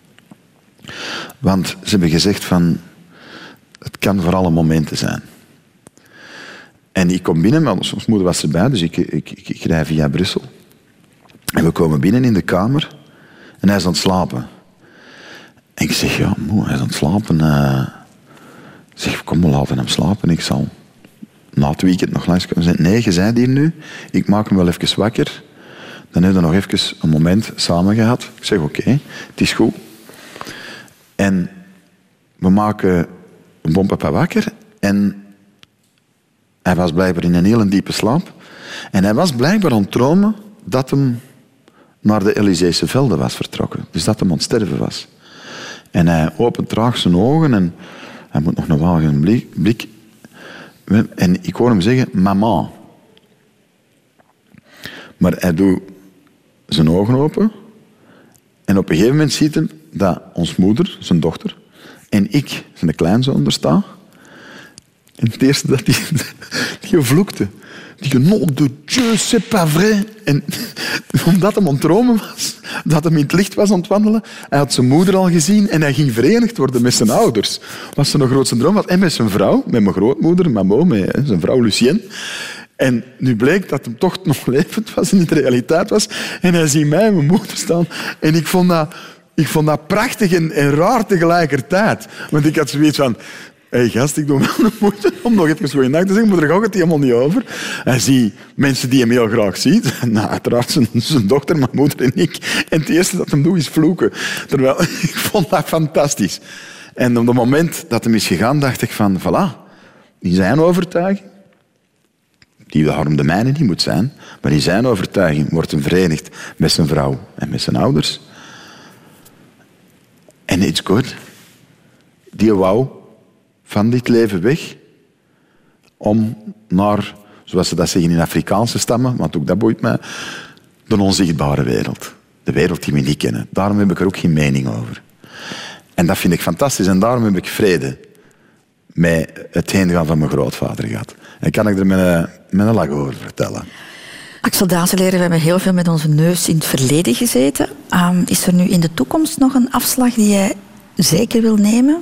Speaker 2: Want ze hebben gezegd van... Het kan voor alle momenten zijn. En ik kom binnen, maar ons moeder was erbij, dus ik, ik, ik, ik rij via Brussel. En we komen binnen in de kamer. En hij is aan het slapen. En ik zeg, ja, moe, hij is aan het slapen... Uh, Ik zeg, kom, we laten hem slapen. Ik zal na het weekend nog langskomen. Nee, je zei hier nu. Ik maak hem wel even wakker. Dan hebben we nog even een moment samen gehad. Ik zeg, oké, okay, het is goed. En we maken een Bompapa wakker. En hij was blijkbaar in een hele diepe slaap. En hij was blijkbaar aan het dromen dat hem naar de Elyseese velden was vertrokken. Dus dat hem aan het sterven was. En hij opent traag zijn ogen en... Hij moet nog een wagen blik, blik. En ik hoor hem zeggen, mama. Maar hij doet zijn ogen open. En op een gegeven moment ziet hij dat ons moeder, zijn dochter, en ik, zijn kleinzoon, er staan. En het eerste dat hij... Die vloekte. Die nom de Dieu, c'est pas vrai. En omdat hij aan het dromen was, dat hij in het licht was aan het wandelen, hij had zijn moeder al gezien en hij ging verenigd worden met zijn ouders. Wat zijn grootste droom was. En met zijn vrouw, met mijn grootmoeder, Mamo, met zijn vrouw Lucienne. En nu bleek dat hij toch nog levend was en niet de realiteit was. En hij ziet mij en mijn moeder staan. En ik vond dat, ik vond dat prachtig en, en raar tegelijkertijd. Want ik had zoiets van... Hé hey, gast, ik doe wel de moeite om nog even goeiedag te zeggen, maar daar gaat het helemaal niet over. Hij ziet mensen die hem heel graag ziet. Nou, uiteraard zijn, zijn dochter, mijn moeder en ik. En het eerste dat hem doet is vloeken. Terwijl, ik vond dat fantastisch. En op het moment dat hem is gegaan, dacht ik van, voilà, in zijn overtuiging, die daarom de mijne niet moet zijn, maar in zijn overtuiging wordt hem verenigd met zijn vrouw en met zijn ouders. En it's good. Die wou van dit leven weg om naar, zoals ze dat zeggen in Afrikaanse stammen, want ook dat boeit mij, de onzichtbare wereld. De wereld die we niet kennen. Daarom heb ik er ook geen mening over. En dat vind ik fantastisch en daarom heb ik vrede met het heengaan van mijn grootvader gehad. En kan ik er met een, met een lach over vertellen.
Speaker 1: Axel Dazeleer, we hebben heel veel met onze neus in het verleden gezeten. Um, is er nu in de toekomst nog een afslag die jij zeker wil nemen?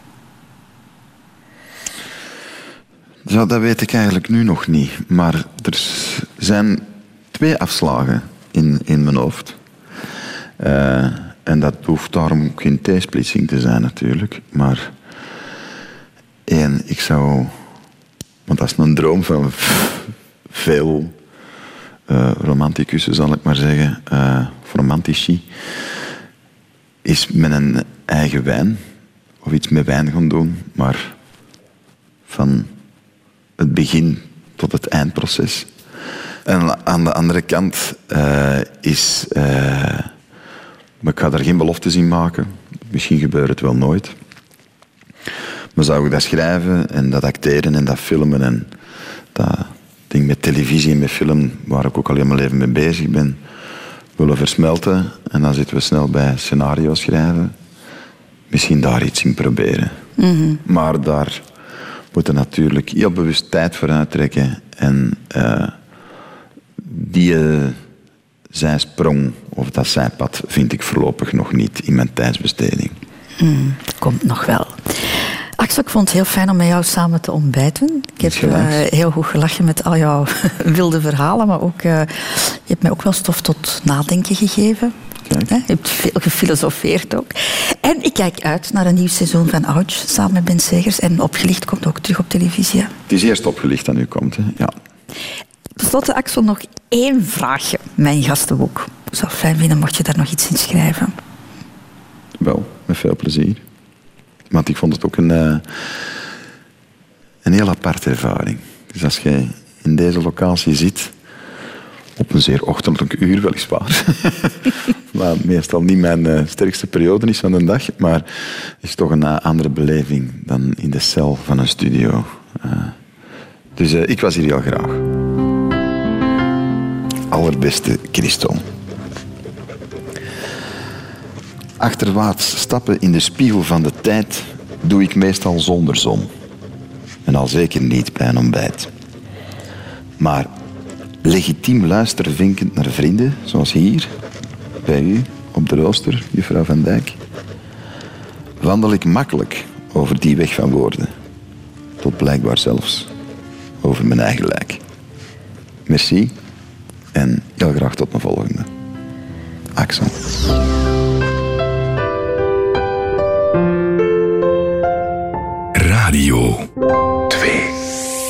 Speaker 2: Ja, dat weet ik eigenlijk nu nog niet. Maar er zijn twee afslagen in, in mijn hoofd. Uh, en dat hoeft daarom ook geen T-splitsing te zijn natuurlijk. Maar één, ik zou... Want dat is een droom van veel uh, romanticussen, zal ik maar zeggen. Uh, of romantici. Is met een eigen wijn. Of iets met wijn gaan doen. Maar van het begin tot het eindproces. En aan de andere kant uh, is... Uh, maar ik ga daar geen beloftes in maken. Misschien gebeurt het wel nooit. Maar zou ik dat schrijven en dat acteren en dat filmen en dat ding met televisie en met film, waar ik ook al heel mijn leven mee bezig ben, willen versmelten. En dan zitten we snel bij scenario schrijven. Misschien daar iets in proberen.
Speaker 1: Mm-hmm.
Speaker 2: Maar daar moeten we natuurlijk heel bewust tijd voor uittrekken. En uh, die uh, zijsprong of dat zijpad vind ik voorlopig nog niet in mijn tijdsbesteding.
Speaker 1: Mm, komt nog wel. Axel, ik vond het heel fijn om met jou samen te ontbijten. Ik heb uh, heel goed gelachen met al jouw wilde verhalen, maar ook, uh, je hebt mij ook wel stof tot nadenken gegeven. Kijk. Je hebt veel gefilosofeerd ook. En ik kijk uit naar een nieuw seizoen van Ouch, samen met Ben Segers. En Opgelicht komt ook terug op televisie. Hè?
Speaker 2: Het is eerst Opgelicht dat nu komt, hè? Ja.
Speaker 1: Ten slotte, Axel, nog één vraagje. Mijn gastenboek. Ik zou het fijn vinden mocht je daar nog iets in schrijven.
Speaker 2: Wel, met veel plezier. Want ik vond het ook een, uh, een heel aparte ervaring. Dus als je in deze locatie zit, op een zeer ochtendelijk uur weliswaar, maar meestal niet mijn uh, sterkste periode is van de dag, maar is toch een uh, andere beleving dan in de cel van een studio. Uh, dus uh, ik was hier heel graag. Allerbeste Christel. Achterwaarts stappen in de spiegel van de tijd doe ik meestal zonder zon. En al zeker niet bij een ontbijt. Maar legitiem luistervinkend naar vrienden, zoals hier, bij u, op de rooster, juffrouw Van Dijk, wandel ik makkelijk over die weg van woorden. Tot blijkbaar zelfs over mijn eigen lijk. Merci en heel graag tot mijn volgende. Axel.
Speaker 4: Radio twee.